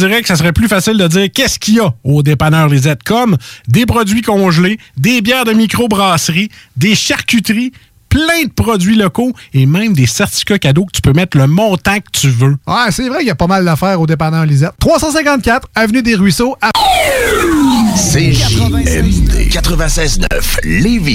dirait que ça serait plus facile de dire qu'est-ce qu'il y a au dépanneur Lisette, comme des produits congelés, des bières de microbrasserie, des charcuteries, plein de produits locaux et même des certificats cadeaux que tu peux mettre le montant que tu veux. Ouais, c'est vrai qu'il y a pas mal d'affaires au dépanneur Lisette. 354 Avenue des Ruisseaux à... CJMD 96.9 Lévis.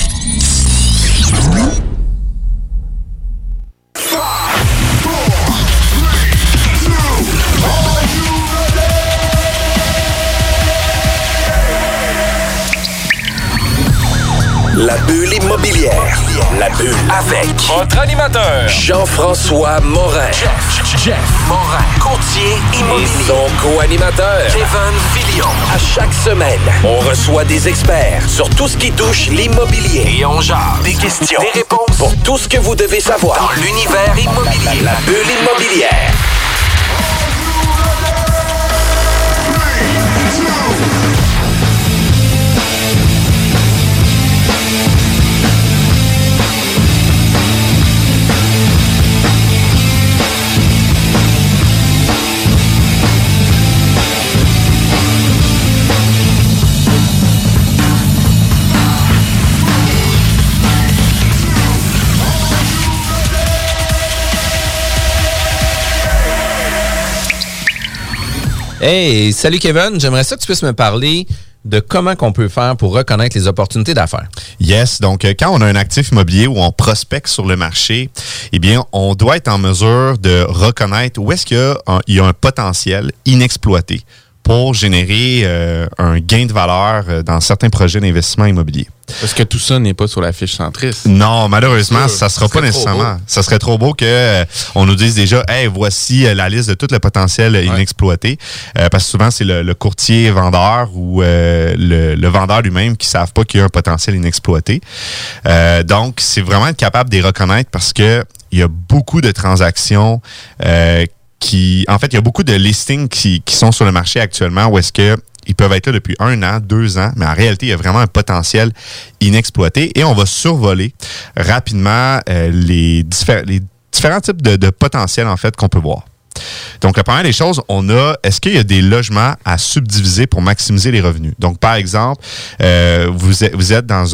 La bulle immobilière. La bulle avec votre animateur Jean-François Morin. Jeff Morin. Courtier immobilier. Et son co-animateur Kevin Filion. À chaque semaine, on reçoit des experts sur tout ce qui touche l'immobilier. Et on jase. Des questions. Des réponses. Pour tout ce que vous devez savoir dans l'univers immobilier. La bulle immobilière. Hey, salut Kevin, j'aimerais ça que tu puisses me parler de comment qu'on peut faire pour reconnaître les opportunités d'affaires. Yes, donc quand on a un actif immobilier ou on prospecte sur le marché, eh bien, on doit être en mesure de reconnaître où est-ce qu'il y a un potentiel inexploité pour générer un gain de valeur dans certains projets d'investissement immobilier. Parce que tout ça n'est pas sur la fiche centriste. Non, malheureusement, ça sera pas nécessairement. Ça serait trop beau que on nous dise déjà, hey, voici la liste de tout le potentiel inexploité. Parce que souvent, c'est le courtier vendeur ou le vendeur lui-même qui ne savent pas qu'il y a un potentiel inexploité. Donc, c'est vraiment être capable de les reconnaître parce que il y a beaucoup de transactions en fait, il y a beaucoup de listings qui sont sur le marché actuellement où est-ce que ils peuvent être là depuis 1 an, 2 ans, mais en réalité, il y a vraiment un potentiel inexploité et on va survoler rapidement les différents types de potentiel, en fait, qu'on peut voir. Donc, la première des choses, est-ce qu'il y a des logements à subdiviser pour maximiser les revenus? Donc, par exemple, vous êtes dans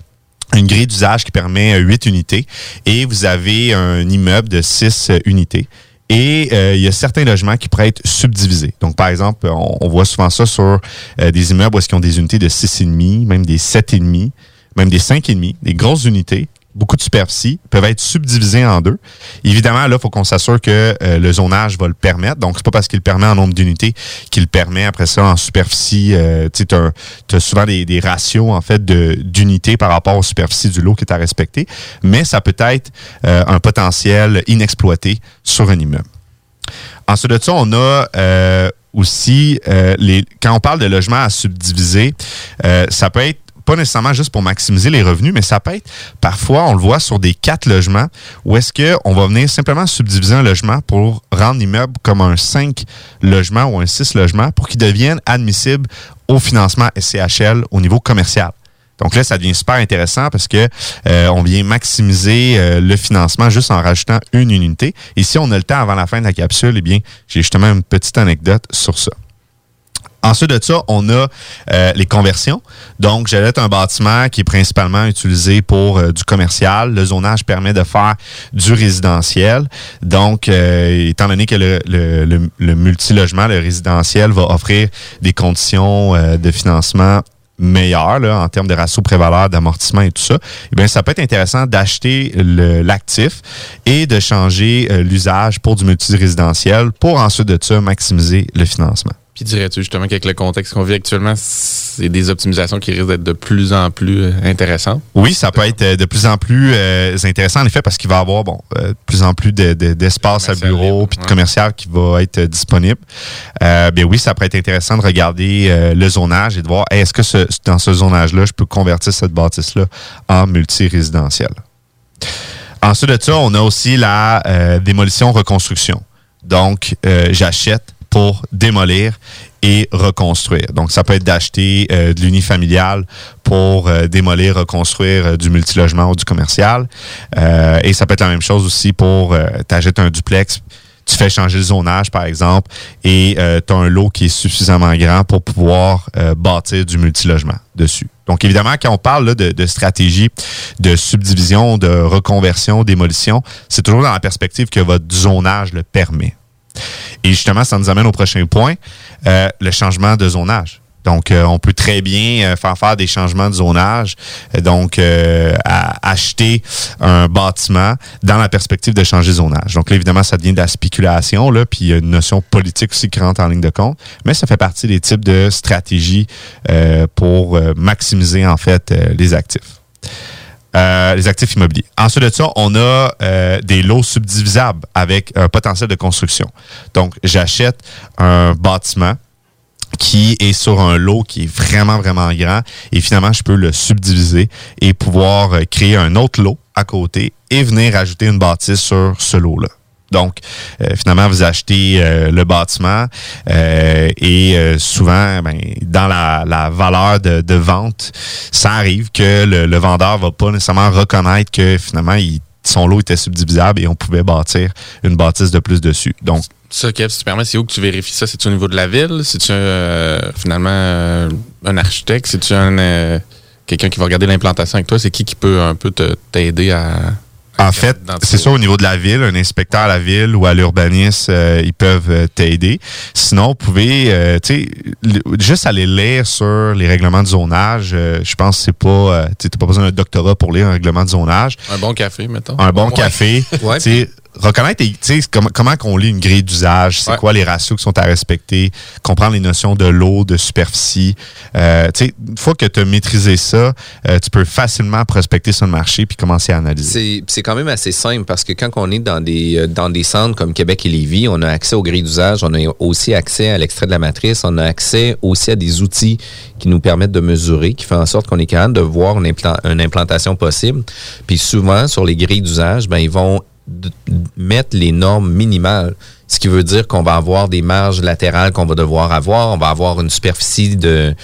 une grille d'usage qui permet 8 unités et vous avez un immeuble de 6 unités. Et il y a certains logements qui pourraient être subdivisés. Donc, par exemple, on voit souvent ça sur des immeubles où est-ce qu'ils ont des unités de 6,5, même des 7,5, même des 5,5, des grosses unités, beaucoup de superficie, peuvent être subdivisés en 2. Évidemment, là, il faut qu'on s'assure que le zonage va le permettre. Donc, c'est pas parce qu'il le permet en nombre d'unités qu'il le permet après ça en superficie. Tu as souvent des ratios, en fait, d'unités par rapport aux superficies du lot qui est à respecter. Mais ça peut être un potentiel inexploité sur un immeuble. Ensuite de ça, on a aussi, quand on parle de logements à subdiviser, ça peut être pas nécessairement juste pour maximiser les revenus, mais ça peut être, parfois, on le voit sur des 4 logements, où est-ce qu'on va venir simplement subdiviser un logement pour rendre l'immeuble comme un 5 logements ou un 6 logements pour qu'il devienne admissible au financement SCHL au niveau commercial. Donc là, ça devient super intéressant parce que on vient maximiser le financement juste en rajoutant une unité. Et si on a le temps avant la fin de la capsule, eh bien, j'ai justement une petite anecdote sur ça. Ensuite de ça, on a les conversions. Donc, j'achète un bâtiment qui est principalement utilisé pour du commercial. Le zonage permet de faire du résidentiel. Donc, étant donné que le multilogement, le résidentiel, va offrir des conditions de financement meilleur là, en termes de ratio pré-valeur, d'amortissement et tout ça, eh bien, ça peut être intéressant d'acheter l'actif et de changer l'usage pour du multirésidentiel pour ensuite de ça maximiser le financement. Puis dirais-tu justement qu'avec le contexte qu'on vit actuellement, c'est des optimisations qui risquent d'être de plus en plus intéressantes? Oui, ça peut être de plus en plus intéressant en effet parce qu'il va y avoir de plus en plus d'espace à bureau puis de commercial qui va être disponible. Bien oui, ça pourrait être intéressant de regarder le zonage et de voir est-ce que dans ce zonage-là, je peux convertir cette bâtisse-là en multirésidentiel. Ensuite de ça, on a aussi la démolition-reconstruction. Donc, j'achète pour démolir et reconstruire. Donc, ça peut être d'acheter de l'unifamilial pour démolir, reconstruire du multilogement ou du commercial. Et ça peut être la même chose aussi pour t'achètes un duplex, tu fais changer le zonage, par exemple, et tu as un lot qui est suffisamment grand pour pouvoir bâtir du multilogement dessus. Donc, évidemment, quand on parle là, de stratégie de subdivision, de reconversion, démolition, c'est toujours dans la perspective que votre zonage le permet. Et justement, ça nous amène au prochain point, le changement de zonage. Donc, on peut très bien faire des changements de zonage, donc acheter un bâtiment dans la perspective de changer de zonage. Donc là, évidemment, ça devient de la spéculation, là, puis il y a une notion politique aussi qui rentre en ligne de compte, mais ça fait partie des types de stratégies pour maximiser, en fait, les actifs. Les actifs immobiliers. Ensuite de ça, on a des lots subdivisables avec un potentiel de construction. Donc, j'achète un bâtiment qui est sur un lot qui est vraiment, vraiment grand et finalement, je peux le subdiviser et pouvoir créer un autre lot à côté et venir ajouter une bâtisse sur ce lot-là. Donc, finalement, vous achetez le bâtiment et souvent, dans la valeur de vente, ça arrive que le vendeur va pas nécessairement reconnaître que finalement, son lot était subdivisable et on pouvait bâtir une bâtisse de plus dessus. Donc, ça, Kev, si tu permets, c'est où que tu vérifies ça? C'est-tu au niveau de la ville? C'est-tu finalement un architecte? C'est-tu quelqu'un qui va regarder l'implantation avec toi? C'est qui peut un peu t'aider à... En fait, c'est ça, au niveau de la ville, un inspecteur à la ville ou à l'urbanisme, ils peuvent t'aider. Sinon, vous pouvez, juste aller lire sur les règlements de zonage. Je pense que c'est pas, tu n'as pas besoin d'un doctorat pour lire un règlement de zonage. Un bon café, mettons. Un bon café. Ouais. Reconnaître comment qu'on lit une grille d'usage, c'est quoi les ratios qui sont à respecter, comprendre les notions de l'eau, de superficie. Une fois que tu as maîtrisé ça, tu peux facilement prospecter sur le marché puis commencer à analyser. C'est quand même assez simple parce que quand on est dans des centres comme Québec et Lévis, on a accès aux grilles d'usage, on a aussi accès à l'extrait de la matrice, on a accès aussi à des outils qui nous permettent de mesurer, qui font en sorte qu'on est capable de voir une implantation possible. Puis souvent, sur les grilles d'usage, ils vont mettre les normes minimales, ce qui veut dire qu'on va avoir des marges latérales qu'on va devoir avoir, on va avoir une superficie de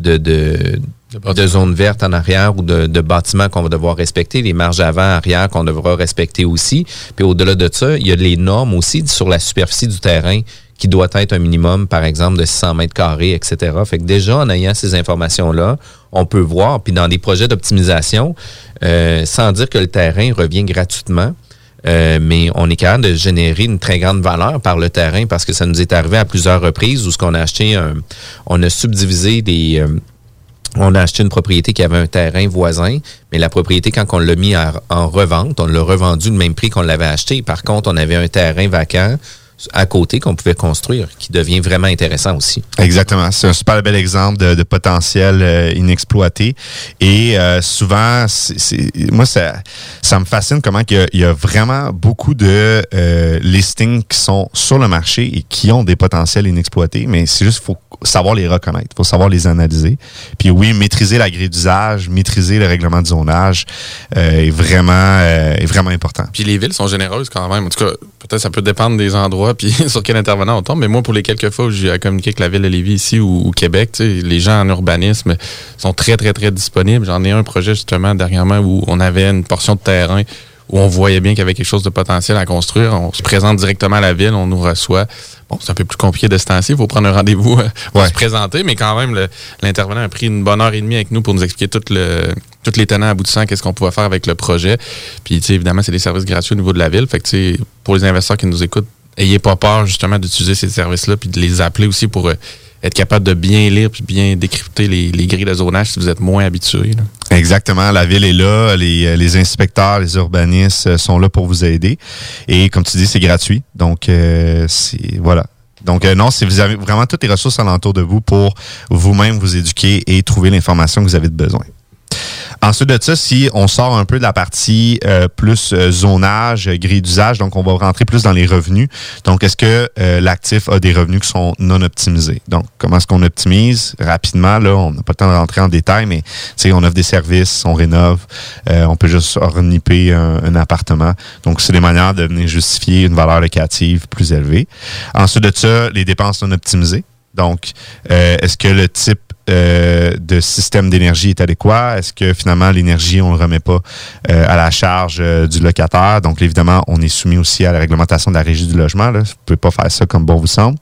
zone verte en arrière ou de bâtiments qu'on va devoir respecter, les marges avant-arrière qu'on devra respecter aussi. Puis au-delà de ça, il y a les normes aussi sur la superficie du terrain qui doit être un minimum, par exemple, de 600 mètres carrés, etc. Fait que déjà, en ayant ces informations-là, on peut voir, puis dans des projets d'optimisation, sans dire que le terrain revient gratuitement, mais on est capable de générer une très grande valeur par le terrain parce que ça nous est arrivé à plusieurs reprises où on a acheté on a subdivisé on a acheté une propriété qui avait un terrain voisin, mais la propriété, quand on l'a mis en revente, on l'a revendu le même prix qu'on l'avait acheté. Par contre, on avait un terrain vacant à côté qu'on pouvait construire, qui devient vraiment intéressant aussi. Exactement. C'est un super bel exemple de potentiel inexploité. Et souvent, moi, ça me fascine comment il y a vraiment beaucoup de listings qui sont sur le marché et qui ont des potentiels inexploités, mais c'est juste qu'il faut savoir les reconnaître, il faut savoir les analyser. Puis oui, maîtriser la grille d'usage, maîtriser le règlement de zonage est vraiment important. Puis les villes sont généreuses quand même. En tout cas, peut-être ça peut dépendre des endroits puis sur quel intervenant on tombe. Mais moi, pour les quelques fois où j'ai communiqué avec la ville de Lévis ici ou Québec, les gens en urbanisme sont très, très, très disponibles. J'en ai un projet justement dernièrement où on avait une portion de terrain où on voyait bien qu'il y avait quelque chose de potentiel à construire. On se présente directement à la ville, on nous reçoit. Bon, c'est un peu plus compliqué de ce temps-ci. Il faut prendre un rendez-vous pour se présenter, mais quand même, l'intervenant a pris une bonne heure et demie avec nous pour nous expliquer tous les tenants aboutissants, qu'est-ce qu'on pouvait faire avec le projet. Puis, évidemment, c'est des services gratuits au niveau de la ville. Fait que, pour les investisseurs qui nous écoutent, ayez pas peur, justement, d'utiliser ces services-là puis de les appeler aussi pour être capable de bien lire puis bien décrypter les grilles de zonage si vous êtes moins habitué. Là. Exactement. La ville est là. Les inspecteurs, les urbanistes sont là pour vous aider. Et comme tu dis, c'est gratuit. Donc, voilà. Donc, non, si vous avez vraiment toutes les ressources alentour de vous pour vous-même vous éduquer et trouver l'information que vous avez de besoin. Ensuite de ça, si on sort un peu de la partie plus zonage, grille d'usage, donc on va rentrer plus dans les revenus. Donc, est-ce que l'actif a des revenus qui sont non optimisés? Donc, comment est-ce qu'on optimise rapidement? Là, on n'a pas le temps de rentrer en détail, mais on offre des services, on rénove, on peut juste reniper un appartement. Donc, c'est des manières de venir justifier une valeur locative plus élevée. Ensuite de ça, les dépenses non optimisées. Donc, est-ce que le type de système d'énergie est adéquat? Est-ce que finalement l'énergie, on ne le remet pas à la charge du locataire? Donc, évidemment, on est soumis aussi à la réglementation de la Régie du logement. Là. Vous ne pouvez pas faire ça comme bon vous semble.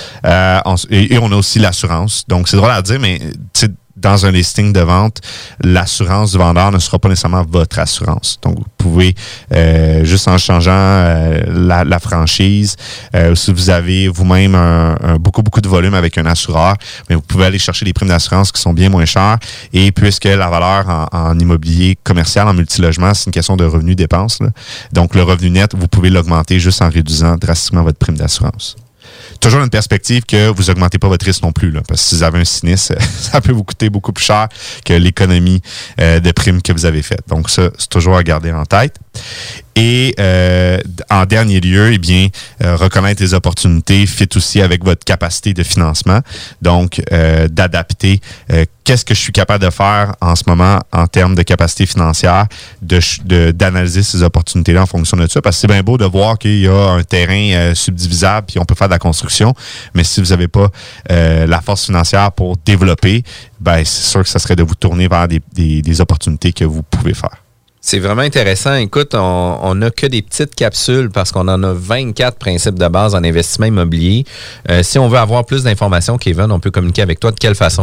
Et on a aussi l'assurance. Donc, c'est drôle à dire, mais dans un listing de vente, l'assurance du vendeur ne sera pas nécessairement votre assurance. Donc, vous pouvez, juste en changeant la franchise, si vous avez vous-même beaucoup de volume avec un assureur, mais vous pouvez aller chercher des primes d'assurance qui sont bien moins chères. Et puisque la valeur en immobilier commercial, en multilogement, c'est une question de revenu-dépenses. Donc, le revenu net, vous pouvez l'augmenter juste en réduisant drastiquement votre prime d'assurance. Toujours une perspective que vous n'augmentez pas votre risque non plus. Là, parce que si vous avez un sinistre, ça peut vous coûter beaucoup plus cher que l'économie de primes que vous avez faite. Donc ça, c'est toujours à garder en tête. Et en dernier lieu, eh bien, reconnaître les opportunités fit aussi avec votre capacité de financement. Donc, d'adapter qu'est-ce que je suis capable de faire en ce moment en termes de capacité financière, d'analyser ces opportunités-là en fonction de ça. Parce que c'est bien beau de voir qu'il y a un terrain subdivisable puis on peut faire de la construction, mais si vous n'avez pas la force financière pour développer, ben c'est sûr que ça serait de vous tourner vers des opportunités que vous pouvez faire. C'est vraiment intéressant. Écoute, on n'a que des petites capsules parce qu'on en a 24 principes de base en investissement immobilier. Si on veut avoir plus d'informations, Kevin, on peut communiquer avec toi de quelle façon?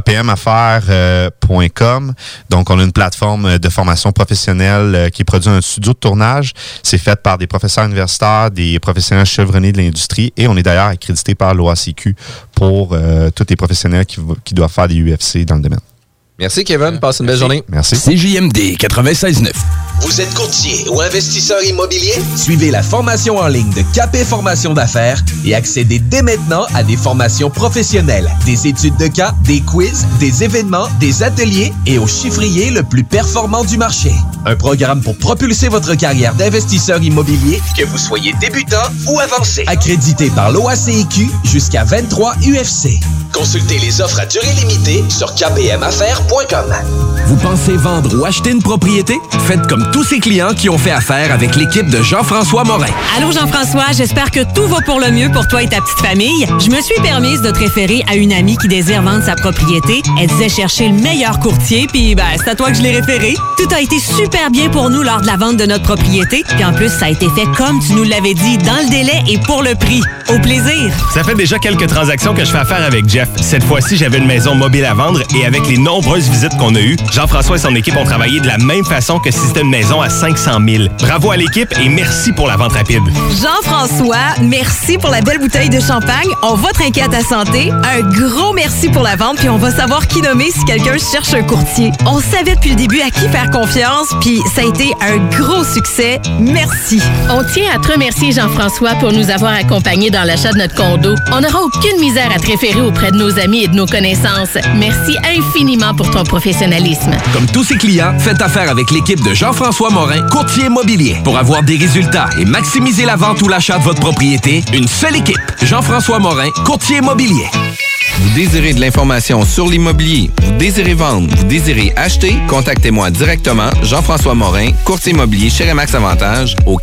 kpmaffaires.com. Donc, on a une plateforme de formation professionnelle qui produit un studio de tournage. C'est fait par des professeurs universitaires, des professionnels chevronnés de l'industrie et on est d'ailleurs accrédité par l'OACQ pour tous les professionnels qui doivent faire des UFC dans le domaine. Merci, Kevin. Passe une belle journée. Merci. CJMD 96.9. Vous êtes courtier ou investisseur immobilier? Suivez la formation en ligne de KP Formation d'affaires et accédez dès maintenant à des formations professionnelles, des études de cas, des quiz, des événements, des ateliers et au chiffrier le plus performant du marché. Un programme pour propulser votre carrière d'investisseur immobilier, que vous soyez débutant ou avancé. Accrédité par l'OACQ jusqu'à 23 UFC. Consultez les offres à durée limitée sur kpmaffaires.com. Vous pensez vendre ou acheter une propriété? Faites comme tous ces clients qui ont fait affaire avec l'équipe de Jean-François Morin. Allô Jean-François, j'espère que tout va pour le mieux pour toi et ta petite famille. Je me suis permise de te référer à une amie qui désire vendre sa propriété. Elle disait chercher le meilleur courtier, puis c'est à toi que je l'ai référé. Tout a été super bien pour nous lors de la vente de notre propriété. Puis en plus, ça a été fait comme tu nous l'avais dit, dans le délai et pour le prix. Au plaisir! Ça fait déjà quelques transactions que je fais affaire avec Jeff. Cette fois-ci, j'avais une maison mobile à vendre et avec les nombreuses visites qu'on a eues, Jean-François et son équipe ont travaillé de la même façon que si c'était une maison à 500 000. Bravo à l'équipe et merci pour la vente rapide. Jean-François, merci pour la belle bouteille de champagne. On va trinquer à ta santé. Un gros merci pour la vente, puis on va savoir qui nommer si quelqu'un cherche un courtier. On savait depuis le début à qui faire confiance, puis ça a été un gros succès. Merci. On tient à te remercier, Jean-François, pour nous avoir accompagnés dans l'achat de notre condo. On n'aura aucune misère à te référer auprès de nos amis et de nos connaissances. Merci infiniment pour ton professionnalisme. Comme tous ses clients, faites affaire avec l'équipe de Jean-François Morin, courtier immobilier. Pour avoir des résultats et maximiser la vente ou l'achat de votre propriété, une seule équipe. Jean-François Morin, courtier immobilier. Vous désirez de l'information sur l'immobilier, vous désirez vendre, vous désirez acheter, contactez-moi directement, Jean-François Morin, courtier immobilier chez Remax Avantage, au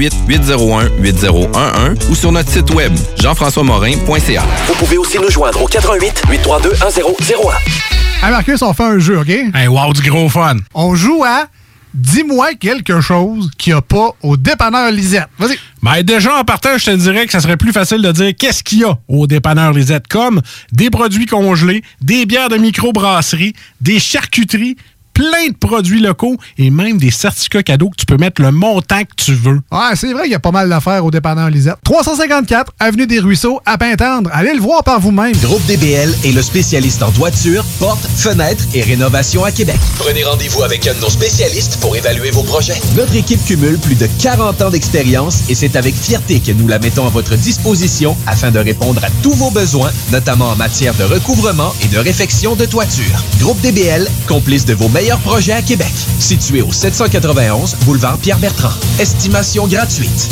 418-801-8011 ou sur notre site web, jean-françoismorin.ca. Vous pouvez aussi nous joindre au 418-832-1001. Hey Marcus, on fait un jeu, OK? Hey, wow, du gros fun! On joue à Dis-moi quelque chose qu'il n'y a pas au dépanneur Lisette. Vas-y. Ben déjà, en partant, je te dirais que ça serait plus facile de dire qu'est-ce qu'il y a au dépanneur Lisette, comme des produits congelés, des bières de microbrasserie, des charcuteries, plein de produits locaux et même des certificats cadeaux que tu peux mettre le montant que tu veux. Ouais, c'est vrai qu'il y a pas mal d'affaires au dépanneur Lisette. 354 Avenue des Ruisseaux, à Pintendre. Allez le voir par vous-même. Groupe DBL est le spécialiste en toiture, portes, fenêtres et rénovation à Québec. Prenez rendez-vous avec un de nos spécialistes pour évaluer vos projets. Notre équipe cumule plus de 40 ans d'expérience et c'est avec fierté que nous la mettons à votre disposition afin de répondre à tous vos besoins, notamment en matière de recouvrement et de réfection de toiture. Groupe DBL, complice de vos meilleurs projets à Québec. Situé au 791 boulevard Pierre-Bertrand. Estimation gratuite.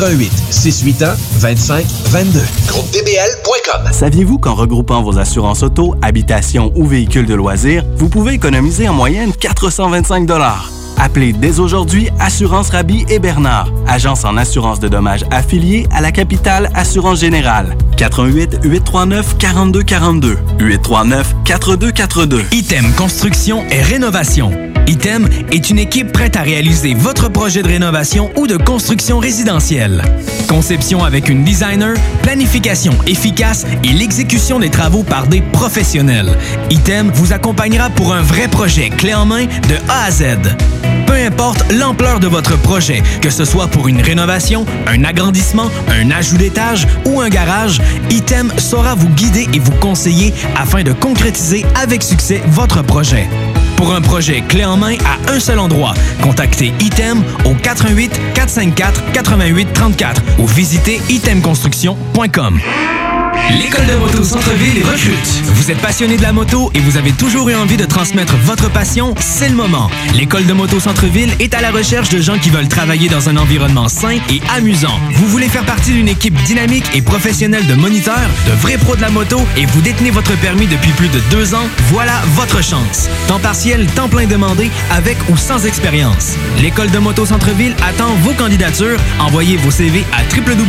418-681-2522. GroupeDBL.com. Saviez-vous qu'en regroupant vos assurances auto, habitation ou véhicules de loisirs, vous pouvez économiser en moyenne 425 $? Appelez dès aujourd'hui Assurance Rabi et Bernard, agence en assurance de dommages affiliée à la capitale Assurance Générale. 88 839 42 42 839 42 42. Item Construction et Rénovation. Item est une équipe prête à réaliser votre projet de rénovation ou de construction résidentielle. Conception avec une designer, planification efficace et l'exécution des travaux par des professionnels. Item vous accompagnera pour un vrai projet clé en main de A à Z. Peu importe l'ampleur de votre projet, que ce soit pour une rénovation, un agrandissement, un ajout d'étage ou un garage, Item saura vous guider et vous conseiller afin de concrétiser avec succès votre projet. Pour un projet clé en main à un seul endroit, contactez Item au 88 454 88 34 ou visitez itemconstruction.com. L'école de moto Centre-Ville recrute. Vous êtes passionné de la moto et vous avez toujours eu envie de transmettre votre passion, c'est le moment. L'école de moto Centre-Ville est à la recherche de gens qui veulent travailler dans un environnement sain et amusant. Vous voulez faire partie d'une équipe dynamique et professionnelle de moniteurs, de vrais pros de la moto et vous détenez votre permis depuis plus de 2 ans? Voilà votre chance. Temps partiel, temps plein demandé, avec ou sans expérience. L'école de moto Centre-Ville attend vos candidatures. Envoyez vos CV à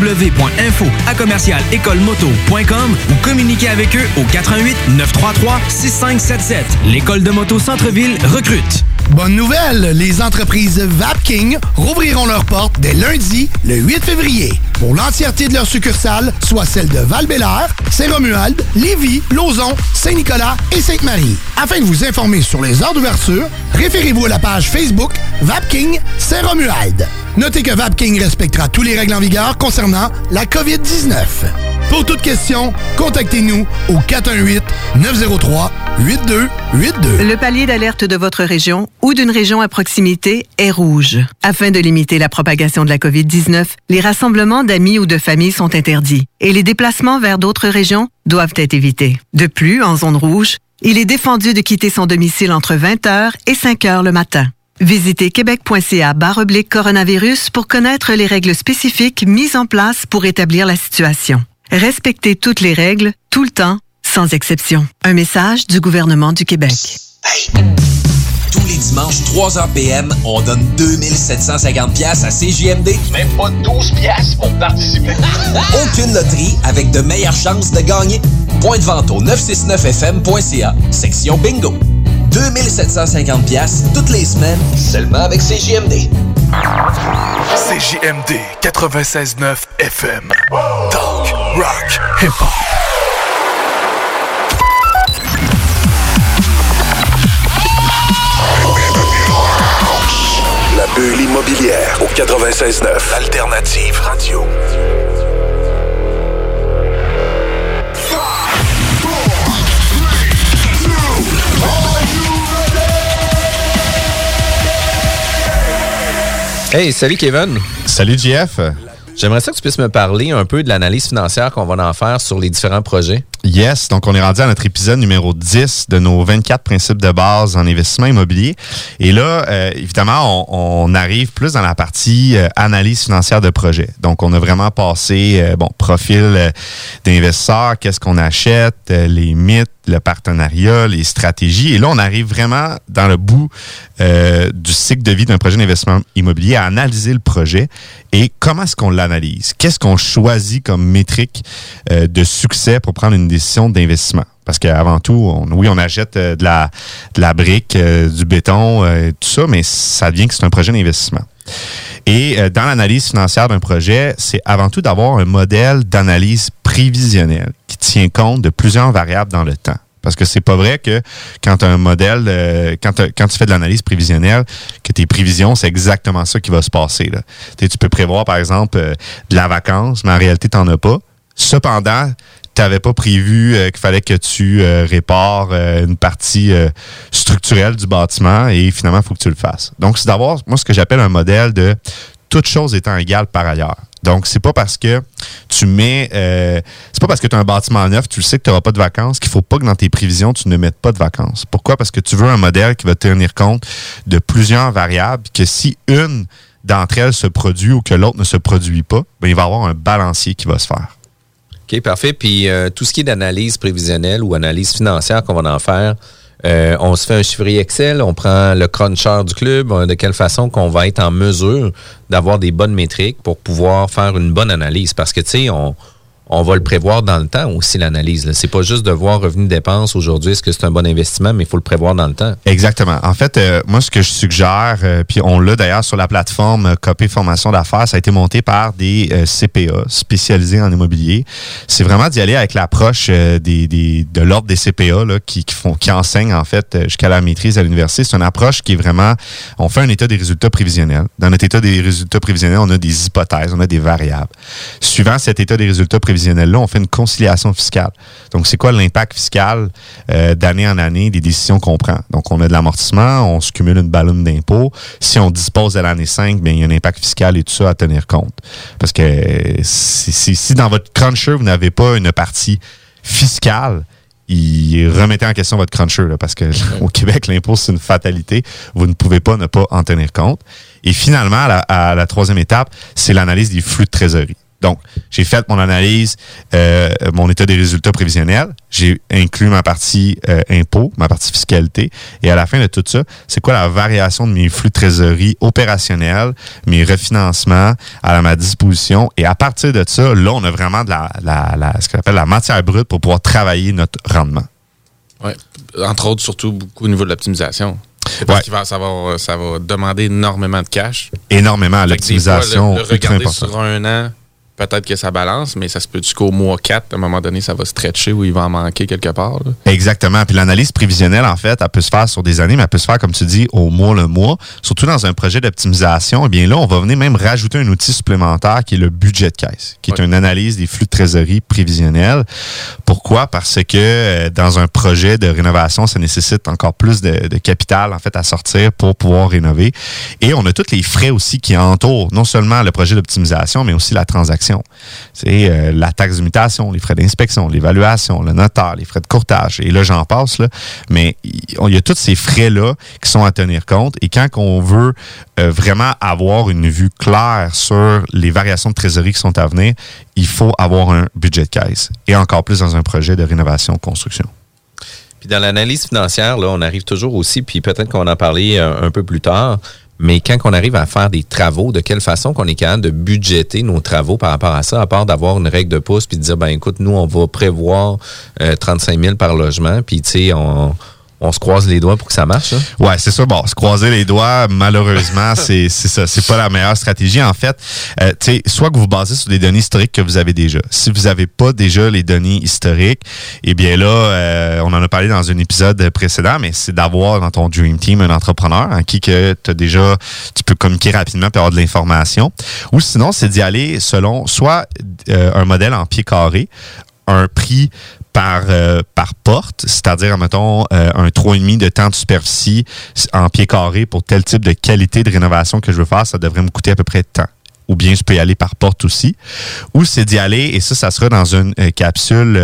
www.info@commercialecolemoto.com ou communiquez avec eux au 88 933 6577. L'école de moto Centre-Ville recrute. Bonne nouvelle, les entreprises Vapking rouvriront leurs portes dès lundi, le 8 février, pour l'entièreté de leurs succursales, soit celles de Val-Bélair, Saint-Romuald, Lévis, Lauson, Saint-Nicolas et Sainte-Marie. Afin de vous informer sur les heures d'ouverture, référez-vous à la page Facebook Vapking Saint-Romuald. Notez que Vapking respectera tous les règles en vigueur concernant la COVID-19. Pour toute question, contactez-nous au 418-903-8282. Le palier d'alerte de votre région ou d'une région à proximité est rouge. Afin de limiter la propagation de la COVID-19, les rassemblements d'amis ou de familles sont interdits et les déplacements vers d'autres régions doivent être évités. De plus, en zone rouge, il est défendu de quitter son domicile entre 20h et 5h le matin. Visitez québec.ca/coronavirus pour connaître les règles spécifiques mises en place pour établir la situation. Respectez toutes les règles, tout le temps, sans exception. Un message du gouvernement du Québec. Hey. Tous les dimanches, 3h PM, on donne 2750$ à CJMD. Même pas 12$ pour participer. Aucune loterie avec de meilleures chances de gagner. Point de vente au 969fm.ca, section bingo. 2750$ toutes les semaines, seulement avec CJMD. CJMD 96.9 FM. Talk, rock, hip-hop. La bulle immobilière au 96.9 Alternative Radio. Hey, salut Kevin. Salut JF. J'aimerais ça que tu puisses me parler un peu de l'analyse financière qu'on va en faire sur les différents projets. Yes, donc on est rendu à notre épisode numéro 10 de nos 24 principes de base en investissement immobilier. Et là, évidemment, on arrive plus dans la partie analyse financière de projet. Donc, on a vraiment passé, profil d'investisseur, qu'est-ce qu'on achète, les mythes, le partenariat, les stratégies. Et là, on arrive vraiment dans le bout du cycle de vie d'un projet d'investissement immobilier à analyser le projet et comment est-ce qu'on l'analyse. Qu'est-ce qu'on choisit comme métrique de succès pour prendre une décision d'investissement. Parce qu'avant tout, on achète de la brique, du béton, tout ça, mais ça devient que c'est un projet d'investissement. Et dans l'analyse financière d'un projet, c'est avant tout d'avoir un modèle d'analyse prévisionnelle qui tient compte de plusieurs variables dans le temps. Parce que c'est pas vrai que quand tu as un modèle, quand tu fais de l'analyse prévisionnelle, que tes prévisions, c'est exactement ça qui va se passer. Là. Tu peux prévoir, par exemple, de la vacance, mais en réalité, tu n'en as pas. Cependant, tu n'avais pas prévu qu'il fallait que tu répares une partie structurelle du bâtiment et finalement, il faut que tu le fasses. Donc, c'est d'avoir, moi, ce que j'appelle un modèle de toute chose étant égale par ailleurs. Donc, c'est pas parce que tu mets... c'est pas parce que tu as un bâtiment neuf, tu le sais que tu n'auras pas de vacances, qu'il faut pas que dans tes prévisions, tu ne mettes pas de vacances. Pourquoi? Parce que tu veux un modèle qui va tenir compte de plusieurs variables, que si une d'entre elles se produit ou que l'autre ne se produit pas, bien, il va y avoir un balancier qui va se faire. OK, parfait. Puis tout ce qui est d'analyse prévisionnelle ou analyse financière qu'on va en faire, On se fait un chiffrier Excel, on prend le cruncher du club, de quelle façon qu'on va être en mesure d'avoir des bonnes métriques pour pouvoir faire une bonne analyse. Parce que, tu sais, on va le prévoir dans le temps aussi, l'analyse. C'est pas juste de voir revenu-dépenses aujourd'hui, est-ce que c'est un bon investissement, mais il faut le prévoir dans le temps. Exactement. En fait, moi, ce que je suggère, puis on l'a d'ailleurs sur la plateforme Copé Formation d'affaires, ça a été monté par des CPA spécialisés en immobilier. C'est vraiment d'y aller avec l'approche de l'ordre des CPA là, qui enseignent, en fait, jusqu'à la maîtrise à l'université. C'est une approche qui est vraiment... On fait un état des résultats prévisionnels. Dans notre état des résultats prévisionnels, on a des hypothèses, on a des variables. Suivant cet état des résultats prévisionnels, là, on fait une conciliation fiscale. Donc, c'est quoi l'impact fiscal d'année en année des décisions qu'on prend? Donc, on a de l'amortissement, on se cumule une ballonne d'impôts. Si on dispose de l'année 5, bien, il y a un impact fiscal et tout ça à tenir compte. Parce que si dans votre cruncher, vous n'avez pas une partie fiscale, remettez en question votre cruncher, là, parce que au Québec, l'impôt, c'est une fatalité. Vous ne pouvez pas ne pas en tenir compte. Et finalement, à la troisième étape, c'est l'analyse des flux de trésorerie. Donc, j'ai fait mon analyse, mon état des résultats prévisionnels. J'ai inclus ma partie impôt, ma partie fiscalité. Et à la fin de tout ça, c'est quoi la variation de mes flux de trésorerie opérationnels, mes refinancements à ma disposition. Et à partir de ça, là, on a vraiment de ce qu'on appelle la matière brute pour pouvoir travailler notre rendement. Oui. Entre autres, surtout beaucoup au niveau de l'optimisation. Parce que ça va demander énormément de cash. Énormément. L'optimisation. Le regarder sur un an, peut-être que ça balance, mais ça se peut-tu qu'au mois 4, à un moment donné, ça va stretcher ou il va en manquer quelque part? Là? Exactement. Puis l'analyse prévisionnelle, en fait, elle peut se faire sur des années, mais elle peut se faire, comme tu dis, au mois le mois. Surtout dans un projet d'optimisation, eh bien là, on va venir même rajouter un outil supplémentaire qui est le budget de caisse, qui est une analyse des flux de trésorerie prévisionnels. Pourquoi? Parce que dans un projet de rénovation, ça nécessite encore plus de capital, en fait, à sortir pour pouvoir rénover. Et on a tous les frais aussi qui entourent non seulement le projet d'optimisation, mais aussi la transaction. C'est la taxe de mutation, les frais d'inspection, l'évaluation, le notaire, les frais de courtage. Et là, j'en passe, là. Mais il y a tous ces frais-là qui sont à tenir compte. Et quand on veut vraiment avoir une vue claire sur les variations de trésorerie qui sont à venir, il faut avoir un budget de caisse. Et encore plus dans un projet de rénovation-construction. Puis dans l'analyse financière, là, on arrive toujours aussi, puis peut-être qu'on va en parler un peu plus tard, mais quand on arrive à faire des travaux, de quelle façon qu'on est capable de budgéter nos travaux par rapport à ça, à part d'avoir une règle de pouce puis de dire, ben écoute, nous, on va prévoir 35 000 par logement, puis tu sais, on se croise les doigts pour que ça marche. Hein? Ouais, c'est ça. Bon, se croiser les doigts, malheureusement, c'est ça. C'est pas la meilleure stratégie. En fait, tu sais, soit que vous basez sur des données historiques que vous avez déjà. Si vous n'avez pas déjà les données historiques, eh bien là, on en a parlé dans un épisode précédent, mais c'est d'avoir dans ton Dream Team un entrepreneur en qui que tu peux communiquer rapidement et avoir de l'information. Ou sinon, c'est d'y aller selon soit un modèle en pieds carrés, un prix par porte, c'est-à-dire, mettons, un 3,5 de temps de superficie en pieds carrés pour tel type de qualité de rénovation que je veux faire, ça devrait me coûter à peu près tant. Ou bien je peux y aller par porte aussi. Ou c'est d'y aller, et ça sera dans une capsule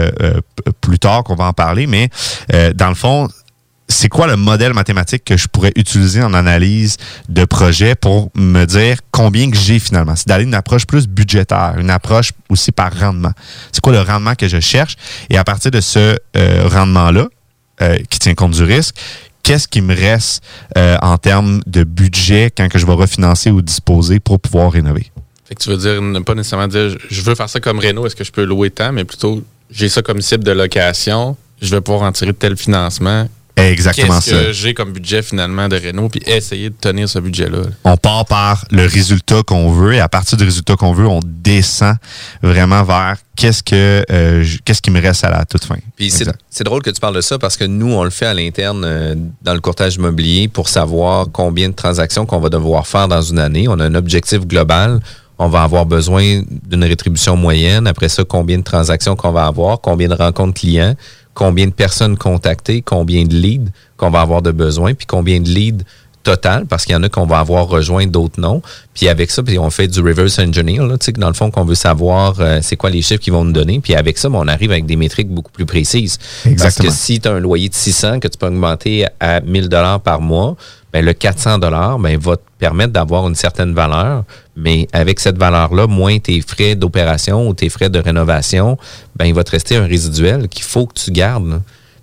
plus tard qu'on va en parler, mais dans le fond, c'est quoi le modèle mathématique que je pourrais utiliser en analyse de projet pour me dire combien que j'ai finalement? C'est d'aller une approche plus budgétaire, une approche aussi par rendement. C'est quoi le rendement que je cherche? Et à partir de ce rendement-là, qui tient compte du risque, qu'est-ce qui me reste en termes de budget quand que je vais refinancer ou disposer pour pouvoir rénover? Fait que tu veux dire, ne pas nécessairement dire je veux faire ça comme réno, est-ce que je peux louer tant, mais plutôt j'ai ça comme cible de location, je vais pouvoir en tirer tel financement. Exactement Qu'est-ce que j'ai comme budget finalement de réno, puis essayer de tenir ce budget-là. On part par le résultat qu'on veut et à partir du résultat qu'on veut, on descend vraiment vers qu'est-ce qui me reste à la toute fin. Puis c'est drôle que tu parles de ça parce que nous, on le fait à l'interne dans le courtage immobilier pour savoir combien de transactions qu'on va devoir faire dans une année. On a un objectif global. On va avoir besoin d'une rétribution moyenne. Après ça, combien de transactions qu'on va avoir, combien de rencontres clients, combien de personnes contactées, combien de leads qu'on va avoir de besoin, puis combien de leads total, parce qu'il y en a qu'on va avoir rejoint, d'autres non. Puis avec ça, puis on fait du reverse engineer, là, tu sais, dans le fond, qu'on veut savoir c'est quoi les chiffres qu'ils vont nous donner. Puis avec ça, on arrive avec des métriques beaucoup plus précises. Exactement. Parce que si tu as un loyer de 600 que tu peux augmenter à 1 000 par mois, ben le 400 ben, va te permettre d'avoir une certaine valeur. Mais avec cette valeur-là, moins tes frais d'opération ou tes frais de rénovation, ben, il va te rester un résiduel qu'il faut que tu gardes. Là.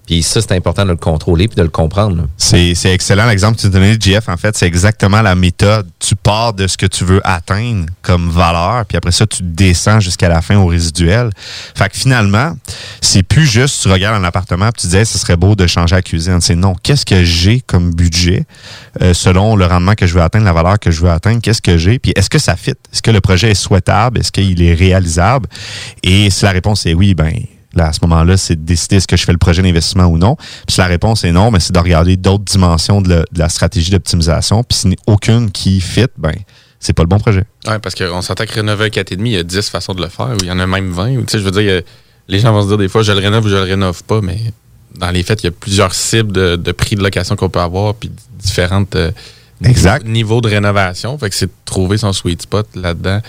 Puis ça, c'est important de le contrôler puis de le comprendre. Là. C'est excellent l'exemple que tu as donné, JF. En fait, c'est exactement la méthode. Tu pars de ce que tu veux atteindre comme valeur, puis après ça, tu descends jusqu'à la fin au résiduel. Fait que finalement, c'est plus juste, tu regardes un appartement puis tu dis, ce serait beau de changer la cuisine. C'est non, qu'est-ce que j'ai comme budget selon le rendement que je veux atteindre, la valeur que je veux atteindre, qu'est-ce que j'ai, puis est-ce que ça fit? Est-ce que le projet est souhaitable? Est-ce qu'il est réalisable? Et si la réponse est oui, ben là, à ce moment-là, c'est de décider est-ce que je fais le projet d'investissement ou non. Puis si la réponse est non, ben, c'est de regarder d'autres dimensions de la stratégie d'optimisation. Puis s'il n'y a aucune qui fit, ben c'est pas le bon projet. Oui, parce qu'on s'entend que rénover un 4,5, il y a 10 façons de le faire, ou il y en a même 20. Tu sais, je veux dire, les gens vont se dire des fois, je le rénove ou je le rénove pas, mais dans les faits, il y a plusieurs cibles de prix de location qu'on peut avoir, puis différentes niveaux de rénovation. Fait que c'est de trouver son sweet spot là-dedans